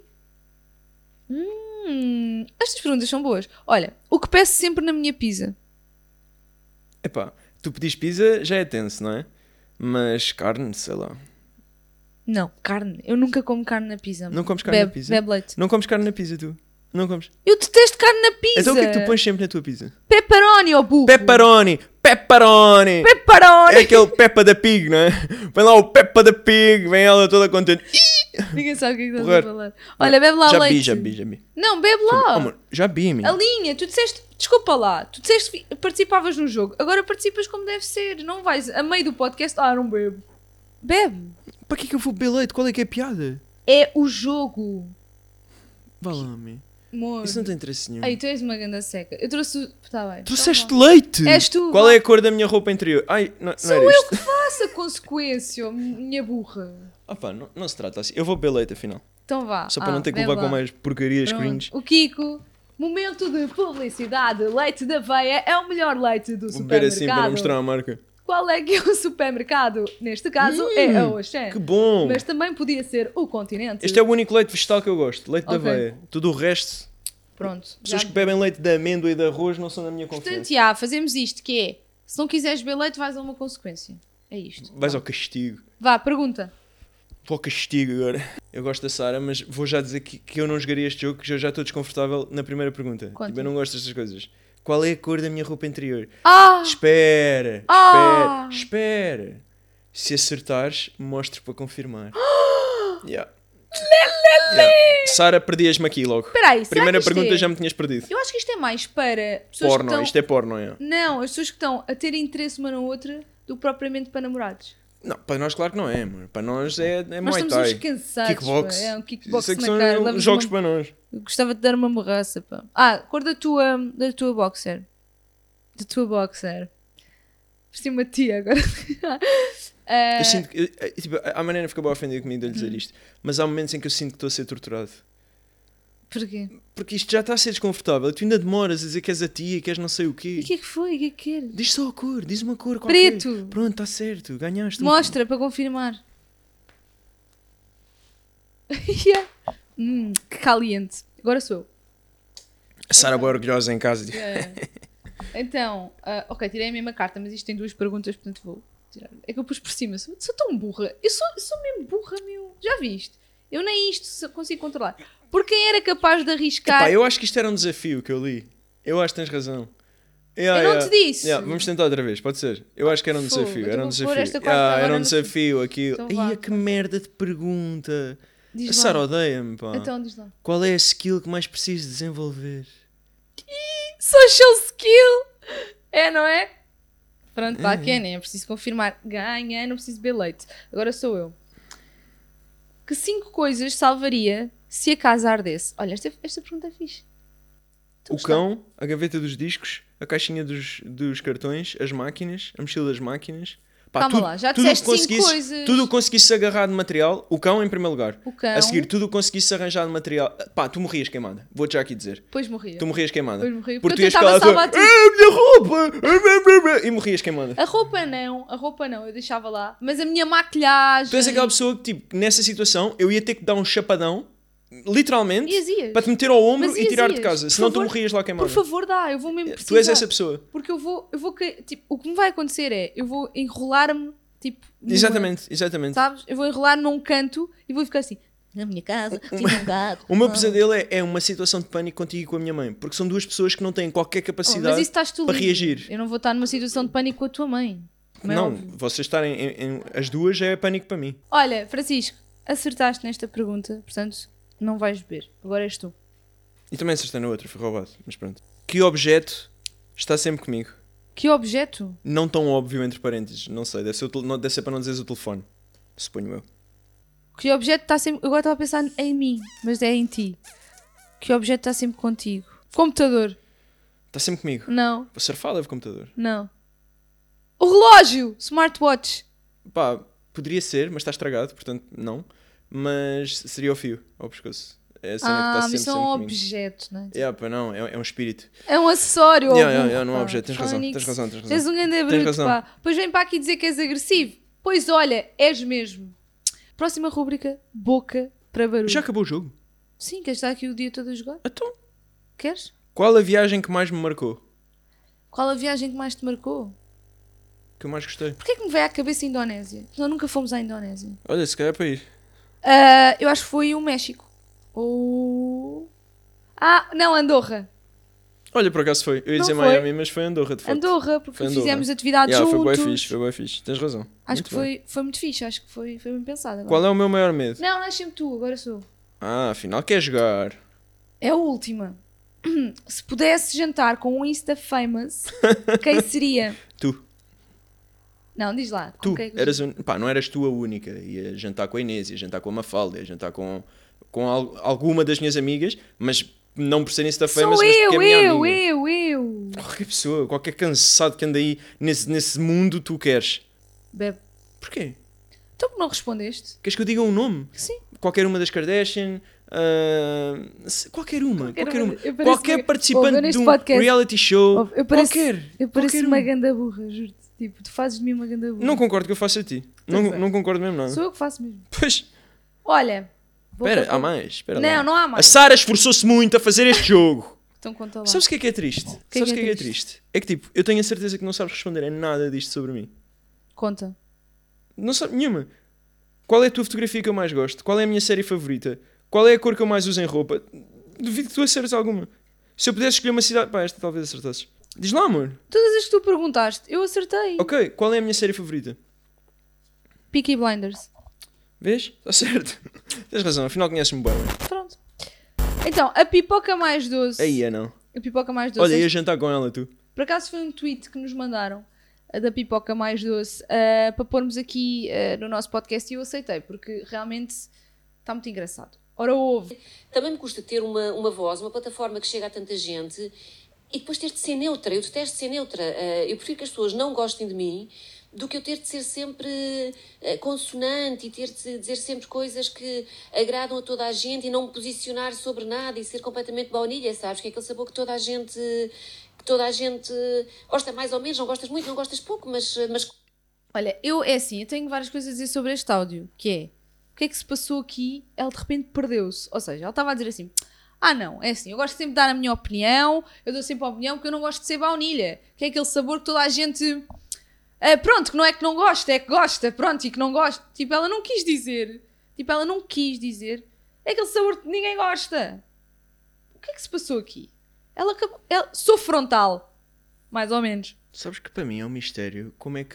Estas perguntas são boas. Olha, o que peço sempre na minha pizza? Epá, tu pedis pizza, já é tenso, não é? Mas carne, sei lá. Não, carne. Eu nunca como carne na pizza. Não comes carne na pizza? Bebe leite. Não comes carne na pizza, tu? Não comes? Eu detesto carne na pizza. Então o que é que tu pões sempre na tua pizza? Pepperoni, ó burro. Pepperoni! Pepperoni! Pepperoni. É aquele Peppa da Pig, não é? Vem lá o Peppa da Pig, vem ela toda contente. Ninguém sabe o que é que estás Porra. a falar. Olha, bebe lá leite. Já vi. Não, bebe lá. Oh, amor, já vi, minha. A linha, tu disseste, desculpa lá, tu disseste que participavas no jogo, agora participas como deve ser, não vais a meio do podcast, não bebo. Bebe. Para que é que eu vou beber leite? Qual é que é a piada? É o jogo. Vá lá, minha. Amor. Isso não tem interesse nenhum. Ei, tu és uma ganda seca. Eu trouxe. Tá bem. Trouxeste Então vá. leite? És tu, Qual vá. é a cor da minha roupa interior? Ai, não Sou era eu isto. que faço a consequência, oh, minha burra. Ah pá, não se trata assim. Eu vou beber leite, afinal. Então vá. Só para não ter que bebe levar com lá. mais porcarias Pronto. cringe. O Kiko Momento de publicidade. Leite da aveia é o melhor leite do Vou beber assim para supermercado. mostrar a marca. Qual é que é o supermercado? Neste caso é a Auchan. Que bom! Mas também podia ser o Continente. Este é o único leite vegetal que eu gosto. Leite de Ok. aveia. Tudo o resto, Pronto. pessoas que bebem leite de amêndoa e de arroz não são da minha confiança. Portanto, já, fazemos isto, que é... Se não quiseres beber leite, vais a uma consequência. É isto. Vais ao castigo. Vá, pergunta. Vou ao castigo agora. Eu gosto da Sara, mas vou já dizer que eu não jogaria este jogo, que eu já estou desconfortável na primeira pergunta. Conta. Tipo, eu não gosto destas coisas. Qual é a cor da minha roupa interior? Ah! Espera, Ah! espera. Se acertares, mostre para confirmar. Yeah. Yeah. Sara, perdias-me aqui logo. Espera aí, será Primeira que isto pergunta é... já me tinhas perdido. Eu acho que isto é mais para pessoas Porno, que estão... isto é porno, é? Não, as pessoas que estão a ter interesse uma na outra do que propriamente para namorados. Não, para nós claro que não é, amor. Para nós é Nós Muay estamos Thai. uns cansados. Kickbox. Pá. É um kickbox Isso é que na são cara. Levas jogos uma... para nós. Eu gostava de dar uma morraça, pá. Ah, cor da tua boxer. Da tua boxer. Vesti uma tia agora. Eu sinto que, tipo, a Mariana fica bem ofendida comigo de lhe dizer isto, mas há momentos em que eu sinto que estou a ser torturado. Porquê? Porque isto já está a ser desconfortável. Tu ainda demoras a dizer que és a tia, que és não sei o E quê. o que é que foi? O que é que queres? Diz só a cor, diz uma cor qualquer. Preto. Pronto, está certo, ganhaste. Mostra para confirmar. Yeah. Que caliente. Agora sou eu. A Sara é orgulhosa em casa. Tipo, Então, ok, tirei a mesma carta, mas isto tem duas perguntas, portanto vou tirar. É que eu pus por cima. Sou tão burra. Eu sou mesmo burra, meu. Já viste? Eu nem isto consigo controlar. Por quem era capaz de arriscar... Epá, eu acho que isto era um desafio que eu li. Eu acho que tens razão. Eu não te disse. Vamos tentar outra vez, pode ser. Eu acho que era um Fogo, desafio. então Era um vou pôr esta desafio. quarta agora Era um no- desafio aquilo. Então vá, Ai, que merda de pergunta. Diz A lá. Sara odeia-me, pá. Então, diz lá. Qual é a skill que mais preciso desenvolver? Social skill! É, não é? Pronto, pá, que é, nem é preciso confirmar. Ganha, não preciso beber leite. Agora sou eu. Que 5 coisas salvaria se a casa ardesse? Olha, esta pergunta é fixe. O cão, a gaveta dos discos, a caixinha dos cartões, as máquinas, a mochila das máquinas. Pá, Calma lá, já disseste o que 5 coisas. Tudo o que conseguisse agarrar de material, o cão em primeiro lugar. O cão. A seguir, tudo o que conseguisse arranjar de material. Pá, tu morrias queimada. Vou-te já aqui dizer. Depois morria. Tu morrias queimada. Depois morria. Porque Porque tu eu ias tentava ficar lá, salvar tudo. a minha roupa! E morrias queimada. A roupa não, eu deixava lá. Mas a minha maquilhagem... Tu és aquela pessoa que, tipo, nessa situação, eu ia ter que dar um chapadão, literalmente, Ias. para te meter ao ombro Mas e tirar de ias. casa. Por Senão favor, tu morrias lá queimada. Por favor, dá, eu vou mesmo precisar. Tu és essa pessoa. Porque eu vou tipo, o que me vai acontecer é, eu vou enrolar-me, tipo... numa- Exatamente. Sabes? Eu vou enrolar num canto e vou ficar assim, na minha casa, tinha um gato. O meu pesadelo é uma situação de pânico contigo e com a minha mãe, porque são duas pessoas que não têm qualquer Oh, mas capacidade isso estás tu para livre. reagir. Eu não vou estar numa situação de pânico com a tua mãe. Como é Não, óbvio. vocês estarem as duas já é pânico para mim. Olha, Francisco, acertaste nesta pergunta, portanto, não vais beber. Agora és tu. E também acertei na outra, foi roubado, mas pronto. Que objeto está sempre comigo? Que objeto? Não tão óbvio entre parênteses, não sei, deve ser para não dizeres o telefone, suponho eu. Que objeto está sempre... Agora estava a pensar em mim, mas é em ti. Que objeto está sempre contigo? Computador. Está sempre comigo. Não, Vou surfar, levo computador. não. O relógio! Smartwatch. Pá, poderia ser, mas está estragado, portanto não. Mas seria o fio, ao pescoço. É a cena que está Mas sempre, isso é sempre um comigo. objeto, não é? Yeah, pá, não, é um espírito. É um acessório. Não é objeto, tens razão. Tens um grande bruto, razão. pá. Depois vem para aqui dizer que és agressivo. Pois olha, és mesmo. Próxima rúbrica, boca para barulho. Já acabou o jogo? Sim, queres estar aqui o dia todo a jogar? Então, Queres? qual a viagem que mais me marcou? Qual a viagem que mais te marcou? Que eu mais gostei? Porquê que me veio à cabeça a Indonésia? Nós nunca fomos à Indonésia. Olha, se calhar é para ir. Eu acho que foi o México. Ou... não, Andorra. Olha, por acaso foi. Eu ia Não dizer foi? Miami, mas foi Andorra, de facto. Andorra, porque Foi Andorra. fizemos atividades Yeah, juntos. foi bem fixe. Tens razão. Acho Muito que bem. foi muito fixe, acho que foi bem pensado. Agora. Qual é o meu maior medo? Não é sempre tu, agora sou. Afinal quer jogar. É a última. Se pudesse jantar com um Insta famous, quem seria? Tu. Não, diz lá. com Tu. quem- Pá, não eras tu a única. Ia jantar com a Inês, ia jantar com a Mafalda, ia jantar com alguma das minhas amigas, mas não por serem Insta famous, Sou mas porque é minha amiga. eu. Qualquer pessoa, qualquer cansado que anda aí nesse mundo tu queres. Bebe. Porquê? Então não respondeste? Queres que eu diga um nome? Sim. Qualquer uma das Kardashian, Qualquer uma. Qualquer participante de um reality show. Eu pareço uma ganda burra, juro-te. Tipo, tu fazes de mim uma ganda burra. Não concordo que eu faça a ti. Não concordo mesmo nada. Sou eu que faço mesmo. Pois. Olha. Espera, há mais. Espera não, lá. Não há mais. A Sara esforçou-se muito a fazer este jogo. Então conta lá. Sabes o que é triste? Sabes o que é triste? É que tipo, eu tenho a certeza que não sabes responder a nada disto sobre mim. Conta. Não sabes nenhuma. Qual é a tua fotografia que eu mais gosto? Qual é a minha série favorita? Qual é a cor que eu mais uso em roupa? Duvido que tu acertes alguma. Se eu pudesse escolher uma cidade... Pá, esta talvez acertasses. Diz lá, amor. Todas as que tu perguntaste, eu acertei. Ok, qual é a minha série favorita? Peaky Blinders. Vês? Está certo. Tens razão, afinal conheces-me bem. Pronto. Então, a pipoca mais doce. Aí é não. A pipoca mais doce. Olha, ia jantar com ela, tu. Por acaso foi um tweet que nos mandaram, a da pipoca mais doce, para pormos aqui no nosso podcast, e eu aceitei, porque realmente está muito engraçado. Ora, ouve. Também me custa ter uma voz, uma plataforma que chega a tanta gente e depois ter de ser neutra. Eu detesto ser neutra. Eu prefiro que as pessoas não gostem de mim do que eu ter de ser sempre consonante e ter de dizer sempre coisas que agradam a toda a gente e não me posicionar sobre nada e ser completamente baunilha, sabes? Que é aquele sabor que toda a gente gosta mais ou menos, não gostas muito, não gostas pouco, mas... Olha, eu tenho várias coisas a dizer sobre este áudio, que é, o que é que se passou aqui? Ela de repente perdeu-se. Ou seja, ela estava a dizer assim, não, é assim, eu gosto sempre de dar a minha opinião, eu dou sempre a opinião porque eu não gosto de ser baunilha, que é aquele sabor que toda a gente... pronto, que não é que não gosta, é que gosta, pronto, e que não gosta. Tipo, ela não quis dizer. É aquele sabor que ninguém gosta. O que é que se passou aqui? Sou frontal. Mais ou menos. Sabes que para mim é um mistério como é que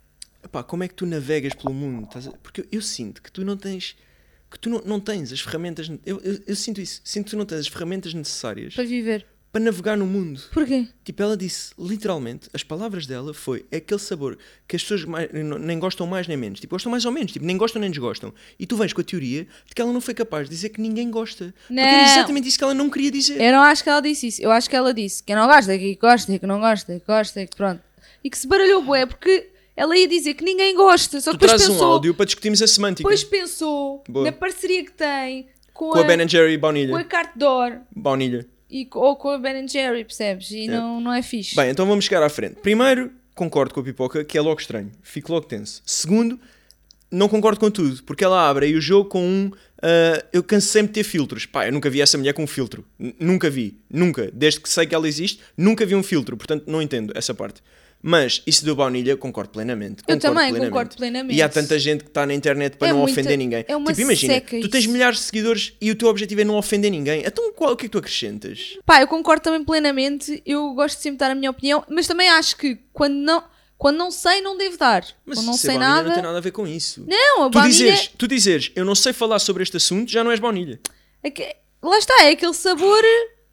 tu navegas pelo mundo. Porque eu sinto que tu não tens... Que tu não tens as ferramentas... Eu sinto isso. Sinto que tu não tens as ferramentas necessárias... Para viver. Para navegar no mundo. Porquê? Tipo, ela disse, literalmente, as palavras dela foi aquele sabor que as pessoas nem gostam mais nem menos. Tipo, gostam mais ou menos. Tipo, nem gostam nem desgostam. E tu vens com a teoria de que ela não foi capaz de dizer que ninguém gosta. Não. Porque era exatamente isso que ela não queria dizer. Eu não acho que ela disse isso. Eu acho que ela disse que não gosta, que gosta, que não gosta, que gosta, que pronto. E que se baralhou bué, porque ela ia dizer que ninguém gosta. Só que tu trazes um áudio para discutirmos a semântica. Depois pensou na parceria que tem com a Ben & Jerry baunilha. Com a Carte d'Or. Baunilha. Ou com a Ben & Jerry, percebes? E não é fixe. Bem, então vamos chegar à frente. Primeiro, concordo com a pipoca, que é logo estranho. Fico logo tenso. Segundo, não concordo com tudo, porque ela abre aí o jogo com eu cansei-me de ter filtros. Pá, eu nunca vi essa mulher com um filtro. Nunca vi. Nunca. Desde que sei que ela existe, nunca vi um filtro. Portanto, não entendo essa parte. Mas isso do baunilha, concordo plenamente. Concordo plenamente. E há tanta gente que está na internet para não ofender ninguém. É uma tipo, imagina, seca tu tens milhares de seguidores e o teu objetivo é não ofender ninguém. Então o que é que tu acrescentas? Pá, eu concordo também plenamente. Eu gosto de sempre dar a minha opinião, mas também acho que quando não sei, não devo dar. Mas quando não ser sei baunilha nada... não tem nada a ver com isso. Não, a baunilha... Tu dizeres, eu não sei falar sobre este assunto, já não és baunilha. Lá está, é aquele sabor...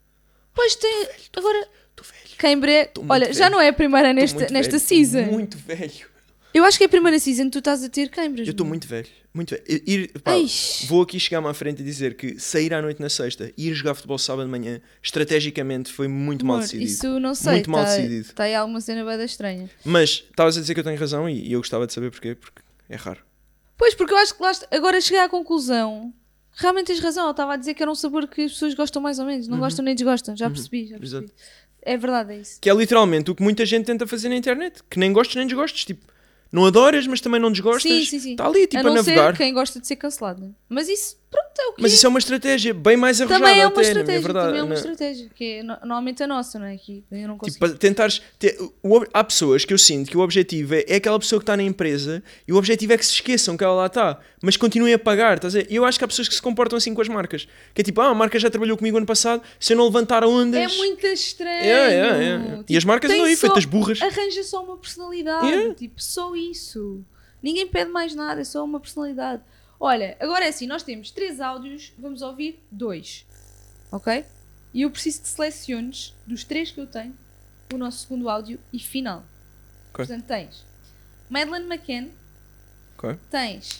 Pois tem... Agora... Cãibra, olha, já não é a primeira nesta season. Estou muito velho. Eu acho que é a primeira season que tu estás a ter cãibras. Eu estou muito velho. Muito velho. Vou aqui chegar-me à frente e dizer que sair à noite na sexta e ir jogar futebol sábado de manhã, estrategicamente foi muito mal decidido. Isso não sei. Muito mal decidido. Está aí alguma cena bem estranha. Mas estavas a dizer que eu tenho razão e eu gostava de saber porquê, porque é raro. Pois, porque eu acho que agora cheguei à conclusão. Realmente tens razão. Ela estava a dizer que era um sabor que as pessoas gostam mais ou menos. Não gostam nem desgostam. Já percebi. Exato. É verdade, é isso. Que é literalmente o que muita gente tenta fazer na internet. Que nem gostes nem desgostes. Tipo, não adoras, mas também não desgostas. Sim. Está ali, tipo, a navegar. A não ser quem gosta de ser cancelado. Mas isso, pronto, é o que Mas isso é uma estratégia bem mais arrojada também é uma até, estratégia, verdade. Também é uma estratégia, que é normalmente a nossa, não é? Que eu não consigo. Tipo, para tentares... Há pessoas que eu sinto que o objetivo é aquela pessoa que está na empresa e o objetivo é que se esqueçam que ela lá está, mas continuem a pagar, estás a ver? E eu acho que há pessoas que se comportam assim com as marcas. Que é tipo, a marca já trabalhou comigo ano passado, se eu não levantar ondas... É muito estranho. Tipo, e as marcas andam aí, feitas burras. Arranja só uma personalidade. Tipo, só isso. Ninguém pede mais nada, é só uma personalidade. Olha, agora é assim, nós temos 3 áudios, vamos ouvir 2, ok? E eu preciso que seleciones, dos 3 que eu tenho, o nosso segundo áudio e final. Okay. Portanto, tens Madeleine McCann, tens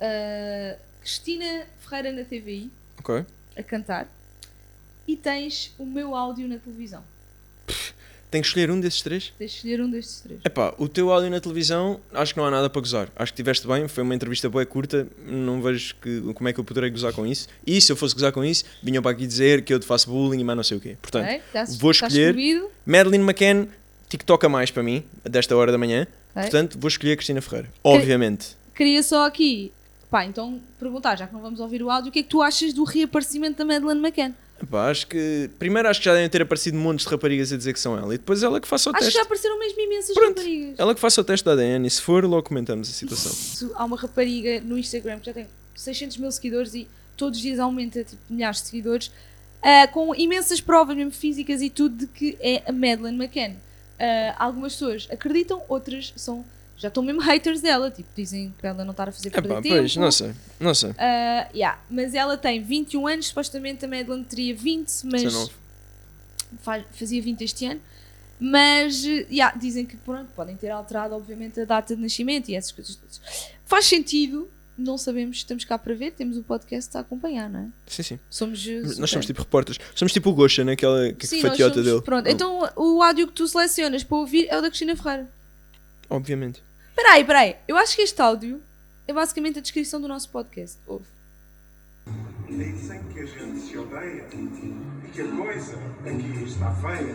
Cristina Ferreira na TVI, okay, a cantar, e tens o meu áudio na televisão. Tenho que escolher um desses 3? Tens de escolher um destes 3. Epá, o teu áudio na televisão, acho que não há nada para gozar. Acho que estiveste bem, foi uma entrevista boa curta, não vejo como é que eu poderei gozar com isso. E se eu fosse gozar com isso, vinham para aqui dizer que eu te faço bullying e mais não sei o quê. Portanto, vou escolher Madeleine McCann, TikTok a mais para mim, desta hora da manhã. Portanto, vou escolher a Cristina Ferreira, obviamente. Queria só aqui, então perguntar, já que não vamos ouvir o áudio, o que é que tu achas do reaparecimento da Madeleine McCann? Epá, acho que já devem ter aparecido montes de raparigas a dizer que são ela e depois ela que faça o teste. Acho que já apareceram mesmo imensas raparigas. Ela que faça o teste da ADN e se for, logo comentamos a situação. Há uma rapariga no Instagram que já tem 600 mil seguidores e todos os dias aumenta tipo, milhares de seguidores, com imensas provas mesmo físicas e tudo de que é a Madeleine McCann. Algumas pessoas acreditam, outras já estão mesmo haters dela, tipo, dizem que ela não está a fazer perder tempo. Pois, não sei. Mas ela tem 21 anos, supostamente a Madeleine teria 20, mas 19. Fazia 20 este ano. Mas, dizem que pronto, podem ter alterado, obviamente, a data de nascimento e essas coisas todas. Faz sentido, não sabemos, estamos cá para ver, temos o podcast a acompanhar, não é? Sim. Nós somos tipo repórteres, somos tipo o Gosha, naquela fatiota dele. Pronto, então o áudio que tu selecionas para ouvir é o da Cristina Ferreira. Obviamente. Espera aí, eu acho que este áudio é basicamente a descrição do nosso podcast. Ouve. Dizem que a gente se odeia e que a coisa aqui está feia.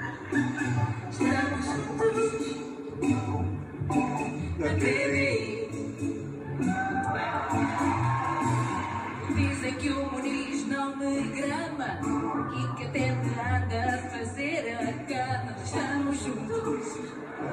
Na TV. Dizem que o Muniz não me grama e que até me anda a fazer a cama. Estamos juntos.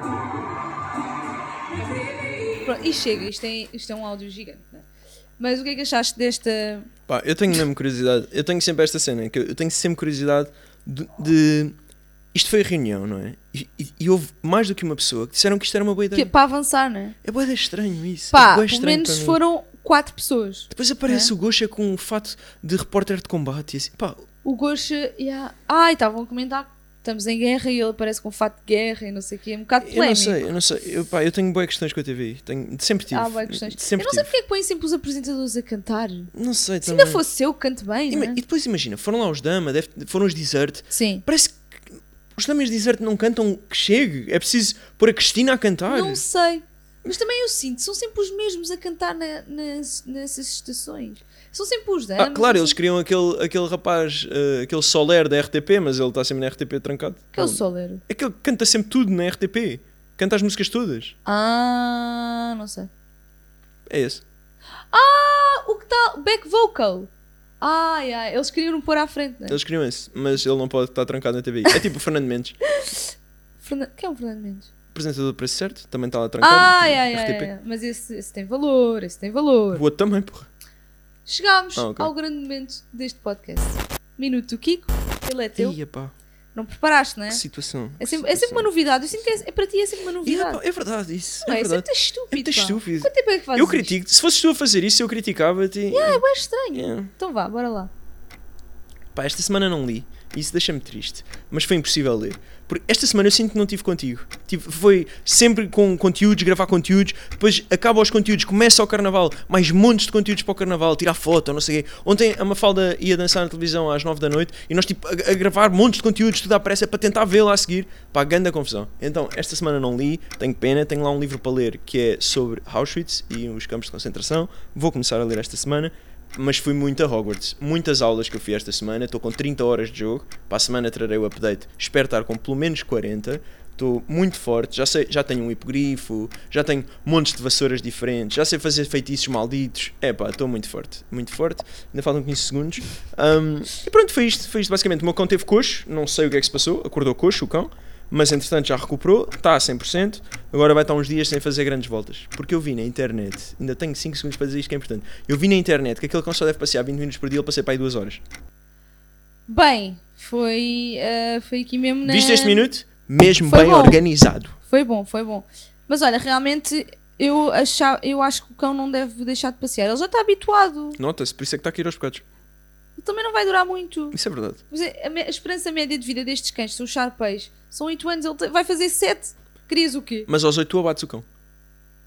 Pronto, e chega, isto é um áudio gigante, não é? Mas o que é que achaste desta... Pá, eu tenho mesmo curiosidade, eu tenho sempre esta cena, que eu tenho sempre curiosidade de... Isto foi a reunião, não é? E houve mais do que uma pessoa que disseram que isto era uma boa ideia. Para avançar, não é? É bué estranho isso. Pá, é pelo menos foram 4 pessoas. Depois aparece o Gosha com um fato de repórter de combate e assim, pá... O Gosha, estavam a comentar... Estamos em guerra e ele aparece com fato de guerra e não sei o quê, é um bocado polémico. Eu não sei. Eu tenho boas questões com a TV. Sempre tive. Boas questões. Sempre eu não sei porque é que põem sempre os apresentadores a cantar. Não sei Se ainda fosse eu, canto bem, não é? E depois imagina, foram lá os Dama, foram os Desert. Sim. Parece que os Damas de Desert não cantam que chegue. É preciso pôr a Cristina a cantar. Não sei. Mas também eu sinto, são sempre os mesmos a cantar nessas estações. São sempre os Damas. Claro, eles queriam aquele rapaz, aquele Soler da RTP, mas ele está sempre na RTP trancado. Que é o Soler? Aquele que canta sempre tudo na RTP. Canta as músicas todas. Não sei. É esse. O que está... Back vocal. Eles queriam pôr à frente, não é? Eles queriam esse, mas ele não pode estar trancado na TV. É tipo o Fernando Mendes. Quem é o Fernando Mendes? Apresentador do Preço Certo, também está lá trancado. RTP. Mas esse tem valor, O outro também, porra. Chegámos ao grande momento deste podcast. Minuto do Kiko, ele é teu. Não preparaste, não é? Que situação. É sempre uma novidade. Eu sinto que para ti é sempre uma novidade. É verdade isso. Não, é verdade. sempre estúpido. É muito estúpido. Quanto tempo é que fazes Eu critico. Se fosses tu a fazer isso, eu criticava-te. É bem estranho. Então vá, bora lá. Pá, esta semana não li. Isso deixa-me triste. Mas foi impossível ler. Porque esta semana eu sinto que não estive contigo. Foi sempre com conteúdos, gravar conteúdos. Depois acaba os conteúdos, começa o carnaval. Mais montes de conteúdos para o carnaval. Tirar foto, não sei o quê. Ontem a Mafalda ia dançar na televisão às 9 da noite. E nós a gravar montes de conteúdos, tudo à pressa, para tentar vê-la a seguir. Pá, grande confusão. Então, esta semana não li. Tenho pena. Tenho lá um livro para ler que é sobre Auschwitz e os campos de concentração. Vou começar a ler esta semana. Mas fui muito a Hogwarts. Muitas aulas que eu fui esta semana. Estou com 30 horas de jogo. Para a semana trarei o update. Espero estar com pelo menos 40. Estou muito forte. Já tenho um hipogrifo. Já tenho montes de vassouras diferentes. Já sei fazer feitiços malditos. Estou muito forte. Muito forte. Ainda faltam 15 segundos. E pronto, foi isto. Basicamente. O meu cão teve coxo. Não sei o que é que se passou. Acordou coxo o cão. Mas entretanto já recuperou, está a 100%, agora vai estar uns dias sem fazer grandes voltas. Porque eu vi na internet, ainda tenho 5 segundos para dizer isto que é importante, eu vi na internet que aquele cão só deve passear 20 minutos por dia, ele passei para aí 2 horas. Bem, foi aqui mesmo na... Viste este minuto? Mesmo foi bem bom. Organizado. Foi bom. Mas olha, realmente eu acho que o cão não deve deixar de passear, ele já está habituado. Nota-se, por isso é que está aqui a ir aos bocados. Também não vai durar muito. Isso é verdade. A esperança média de vida destes cães, são os Sharpeis, são 8 anos, ele vai fazer 7. Querias o quê? Mas aos 8 tu abates o cão?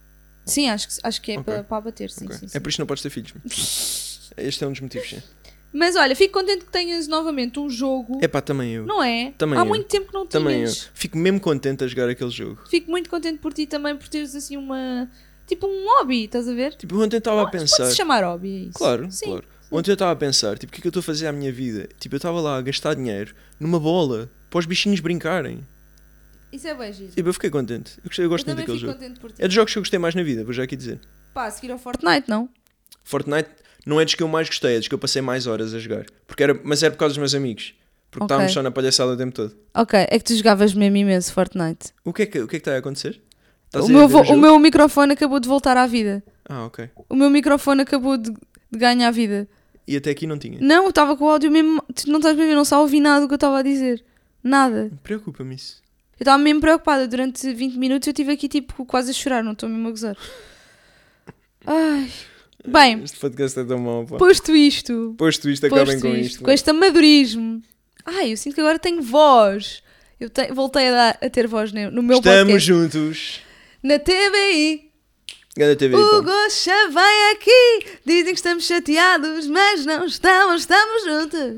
Sim, acho que é para abater, sim, okay. sim. É por isso que não podes ter filhos. Este é um dos motivos, sim. Mas olha, fico contente que tenhas novamente um jogo. Epá, também eu. Não é? Também Há eu. muito tempo que não Também eu. tinhas. Fico mesmo contente a jogar aquele jogo. Fico muito contente por ti também, por teres assim uma... Tipo um hobby, estás a ver? Tipo, ontem eu estava a pensar... Pode-se chamar hobby, é isso? Claro, Sim. claro. Ontem eu estava a pensar, tipo, o que é que eu estou a fazer à minha vida? Tipo, eu estava lá a gastar dinheiro numa bola para os bichinhos brincarem. Isso é bem giro. Tipo, eu fiquei contente. Eu gosto Eu muito também daquele fico jogo. contente por ti. É dos jogos que eu gostei mais na vida, vou já aqui dizer. Pá, a seguir ao Fortnite, não? Fortnite não é dos que eu mais gostei, é dos que eu passei mais horas a jogar. Mas era por causa dos meus amigos. Porque Ok. estávamos só na palhaçada o tempo todo. Ok, é que tu jogavas mesmo imenso Fortnite. O que é que está a acontecer? Estás O a meu, ver o o jogo? meu microfone acabou de voltar à vida. Ah, ok. O meu microfone acabou de ganhar vida. E até aqui não tinha. Não, eu estava com o áudio mesmo... Tu não estás a ver, não só ouvi nada do que eu estava a dizer. Nada. Preocupa-me isso. Eu estava mesmo preocupada. Durante 20 minutos eu estive aqui tipo quase a chorar, não estou mesmo a gozar. Ai. Bem, Este podcast é tão mau, pá. posto isto, Posto isto, acabem com isto. com este amadorismo. Ai, eu sinto que agora tenho voz. Voltei a ter voz no meu Estamos podcast. juntos. Na TVI. Ganda TV, O pá. Goxa vai aqui. Dizem que estamos chateados, mas não estamos juntos.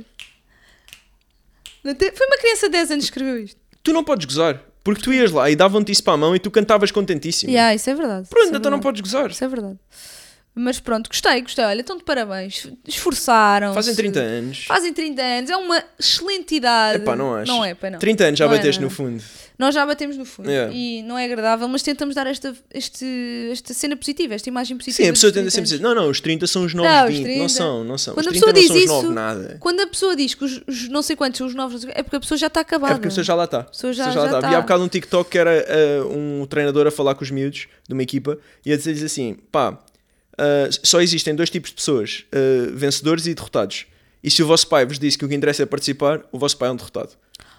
Foi uma criança de 10 anos que escreveu isto. Tu não podes gozar. Porque tu ias lá e davam-te isso para a mão e tu cantavas contentíssimo. Isso é verdade. Pronto, isso é então não verdade. podes gozar. Isso é verdade. Mas pronto, gostei. Olha, então de parabéns. Esforçaram-se. Fazem 30 anos. Fazem 30 anos. É uma excelente idade. Epá, não acho. Não é, pá, não. 30 anos já Não é, bateste não é. no fundo. Nós já batemos no fundo. Yeah. E não é agradável, mas tentamos dar esta cena positiva, esta imagem positiva. Sim, a pessoa dos tenta 30 sempre anos. dizer, não, os 30 são os novos Não, os 20. 30. Não são. Quando Os a 30 pessoa não diz são os isso, novos nada. quando a pessoa diz que os não sei quantos são os novos, não sei quê, é porque a pessoa já está acabada. É porque a pessoa já lá está. pessoa já lá está. está. Havia há bocado um TikTok que era um treinador a falar com os miúdos de uma equipa e a dizer assim, pá, só existem dois tipos de pessoas, vencedores e derrotados. E se o vosso pai vos disse que o que interessa é participar, o vosso pai é um derrotado.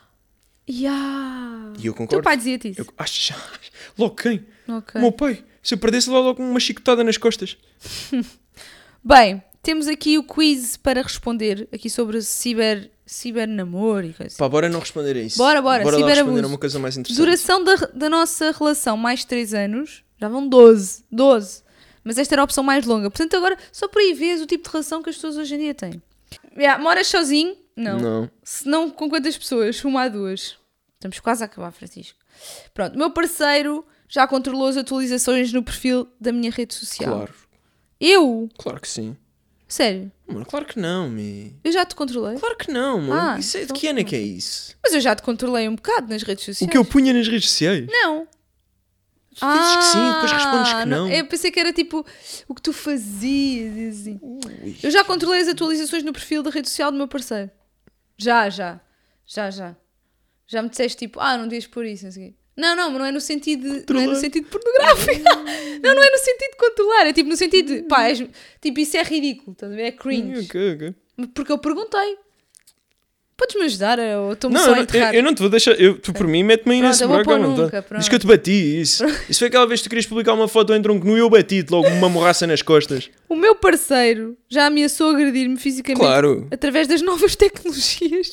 Yeah. E eu O concordo. teu pai dizia-te isso? Logo quem? Ok. O meu pai. Se eu perdesse, levava logo uma chicotada nas costas. Bem, temos aqui o quiz para responder aqui sobre cibernamoro e coisa assim. Pá, bora não responder a isso. Bora, Bora lá ciberabuso. responder a uma coisa mais interessante. Duração da nossa relação, mais 3 anos. Já vão 12. Mas esta era a opção mais longa. Portanto, agora, só por aí vês o tipo de relação que as pessoas hoje em dia têm. Moras sozinho? Não. Se não, com quantas pessoas? Uma a duas. Estamos quase a acabar, Francisco. Pronto, o meu parceiro já controlou as atualizações no perfil da minha rede social. Claro. Eu? Claro que sim. Sério? Mano, claro que não, mi. Eu já te controlei? Claro que não, mano. Isso é de então que ano é que é isso? Mas eu já te controlei um bocado nas redes sociais. O que eu punha nas redes sociais? Não. Dizes que sim, depois respondes que não. Eu pensei que era tipo o que tu fazias e assim. Eu já controlei as atualizações no perfil da rede social do meu parceiro. Já. Já me disseste tipo, não devias pôr isso, não sei o quê. Não, mas não é no sentido, não é no sentido pornográfico. não é no sentido de controlar, é tipo no sentido de, pá, tipo, isso é ridículo, estás a ver? É cringe. Ok. Porque eu perguntei. Podes-me ajudar? Ou estou-me Não, só a enterrar? eu não te vou deixar. Tu por mim, mete-me aí Pronto, nesse eu vou buraco à pôr vontade. nunca, pronto. Diz que eu te bati, isso. Isso foi aquela vez que tu querias publicar uma foto em tronco nu e eu bati-te logo uma morraça nas costas. O meu parceiro já ameaçou agredir-me fisicamente Claro. através das novas tecnologias.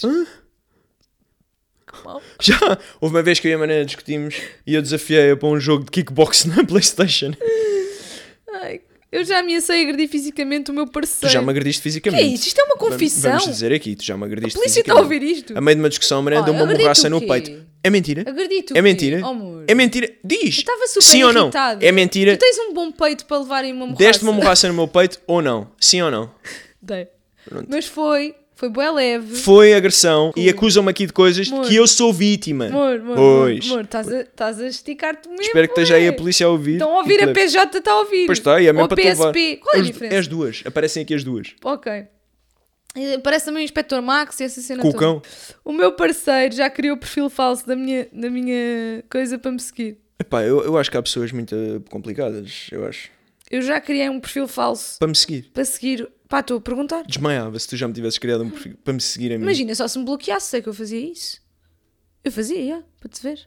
Já houve uma vez que eu e a Mané discutimos e eu desafiei-a para um jogo de kickbox na PlayStation. Ai, eu já ameacei agredir fisicamente o meu Tu parceiro. já me agrediste Que fisicamente. é isto? Isto é uma confissão? Vamos dizer aqui, tu já me A agrediste polícia está a fisicamente. ouvir isto? A meio de uma discussão, a Mané deu uma agredite morraça o no quê? peito. É mentira? Acredito. É mentira? Amor. É mentira? Diz! Eu estava super Sim ou não? irritada. É mentira? Tu tens um bom peito para levarem uma morraça. Deste uma morraça no meu peito ou não? Sim ou não? Dei. Mas foi bué leve. Foi agressão e acusam-me aqui de coisas Amor. que eu sou vítima. Amor, Pois. estás a esticar-te mesmo. Espero que esteja aí a é. polícia a ouvir. Estão a ouvir, a PJ está a ouvir. Pois está, e é mesmo Ou para te levar. PSP. Qual é a diferença? É as duas, aparecem aqui as duas. Ok. Parece também o Inspector Max e essa cena Com o toda. cão. O meu parceiro já criou o perfil falso da minha coisa para me seguir. Epá, eu acho que há pessoas muito complicadas, eu acho. Eu já criei um perfil falso Para me seguir. para seguir. Pá, estou a perguntar. Desmaiava se tu já me tivesses criado um perfil para me seguir a mim. Imagina, só se me bloqueasse, sei que eu fazia isso. Eu fazia, para te ver.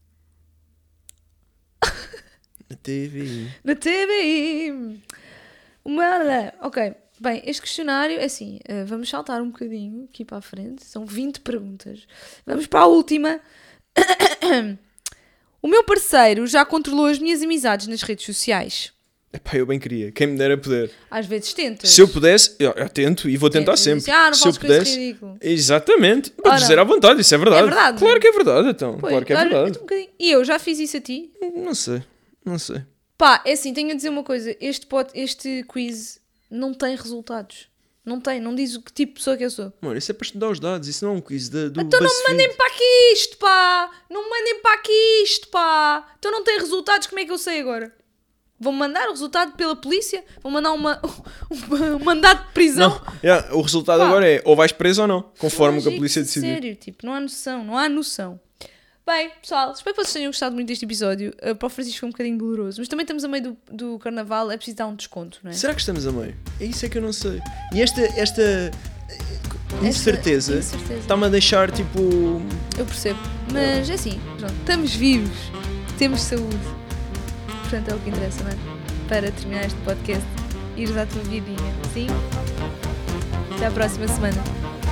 Na TV. Na TVI. Ok, bem, este questionário é assim, vamos saltar um bocadinho aqui para a frente, são 20 perguntas. Vamos para a última. O meu parceiro já controlou as minhas amizades nas redes sociais. Epá, eu bem queria. Quem me dera poder. Às vezes tentas. Se eu pudesse, eu tento e vou tentar Tentas, sempre. não Se eu faças coisas pudesse. ridículas. Exatamente. Ora, Podes dizer à vontade, isso é verdade. é verdade. Claro que é verdade, então. Pois, claro que é olha, verdade. eu tô um bocadinho- E eu já fiz isso a ti? Não sei. Pá, é assim, tenho a dizer uma coisa. Este quiz não tem resultados. Não diz o que tipo de pessoa que eu sou. Mano, isso é para estudar os dados, isso não é um quiz do Então não me BuzzFeed. mandem para aqui isto, pá! Não me mandem para aqui isto, pá! Então não tem resultados, como é que eu sei agora? Vão-me mandar o resultado pela polícia? Vão mandar um mandado de prisão? Não, o resultado Pá. agora é ou vais preso ou não, conforme o que a Lógico, polícia decidir. Sério, tipo, não há noção. Bem, pessoal, espero que vocês tenham gostado muito deste episódio. Para o Francisco foi um bocadinho doloroso, mas também estamos a meio do carnaval, é preciso dar um desconto, não é? Será que estamos a meio? É isso é que eu não sei. E esta incerteza está-me a deixar tipo. Eu percebo, mas é assim, pronto, estamos vivos, temos saúde. Portanto, é o que interessa, não é? Para terminar este podcast, ires à tua vidinha, sim? Até à próxima semana.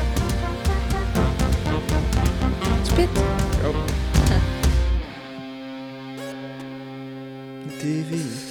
Despete. TV.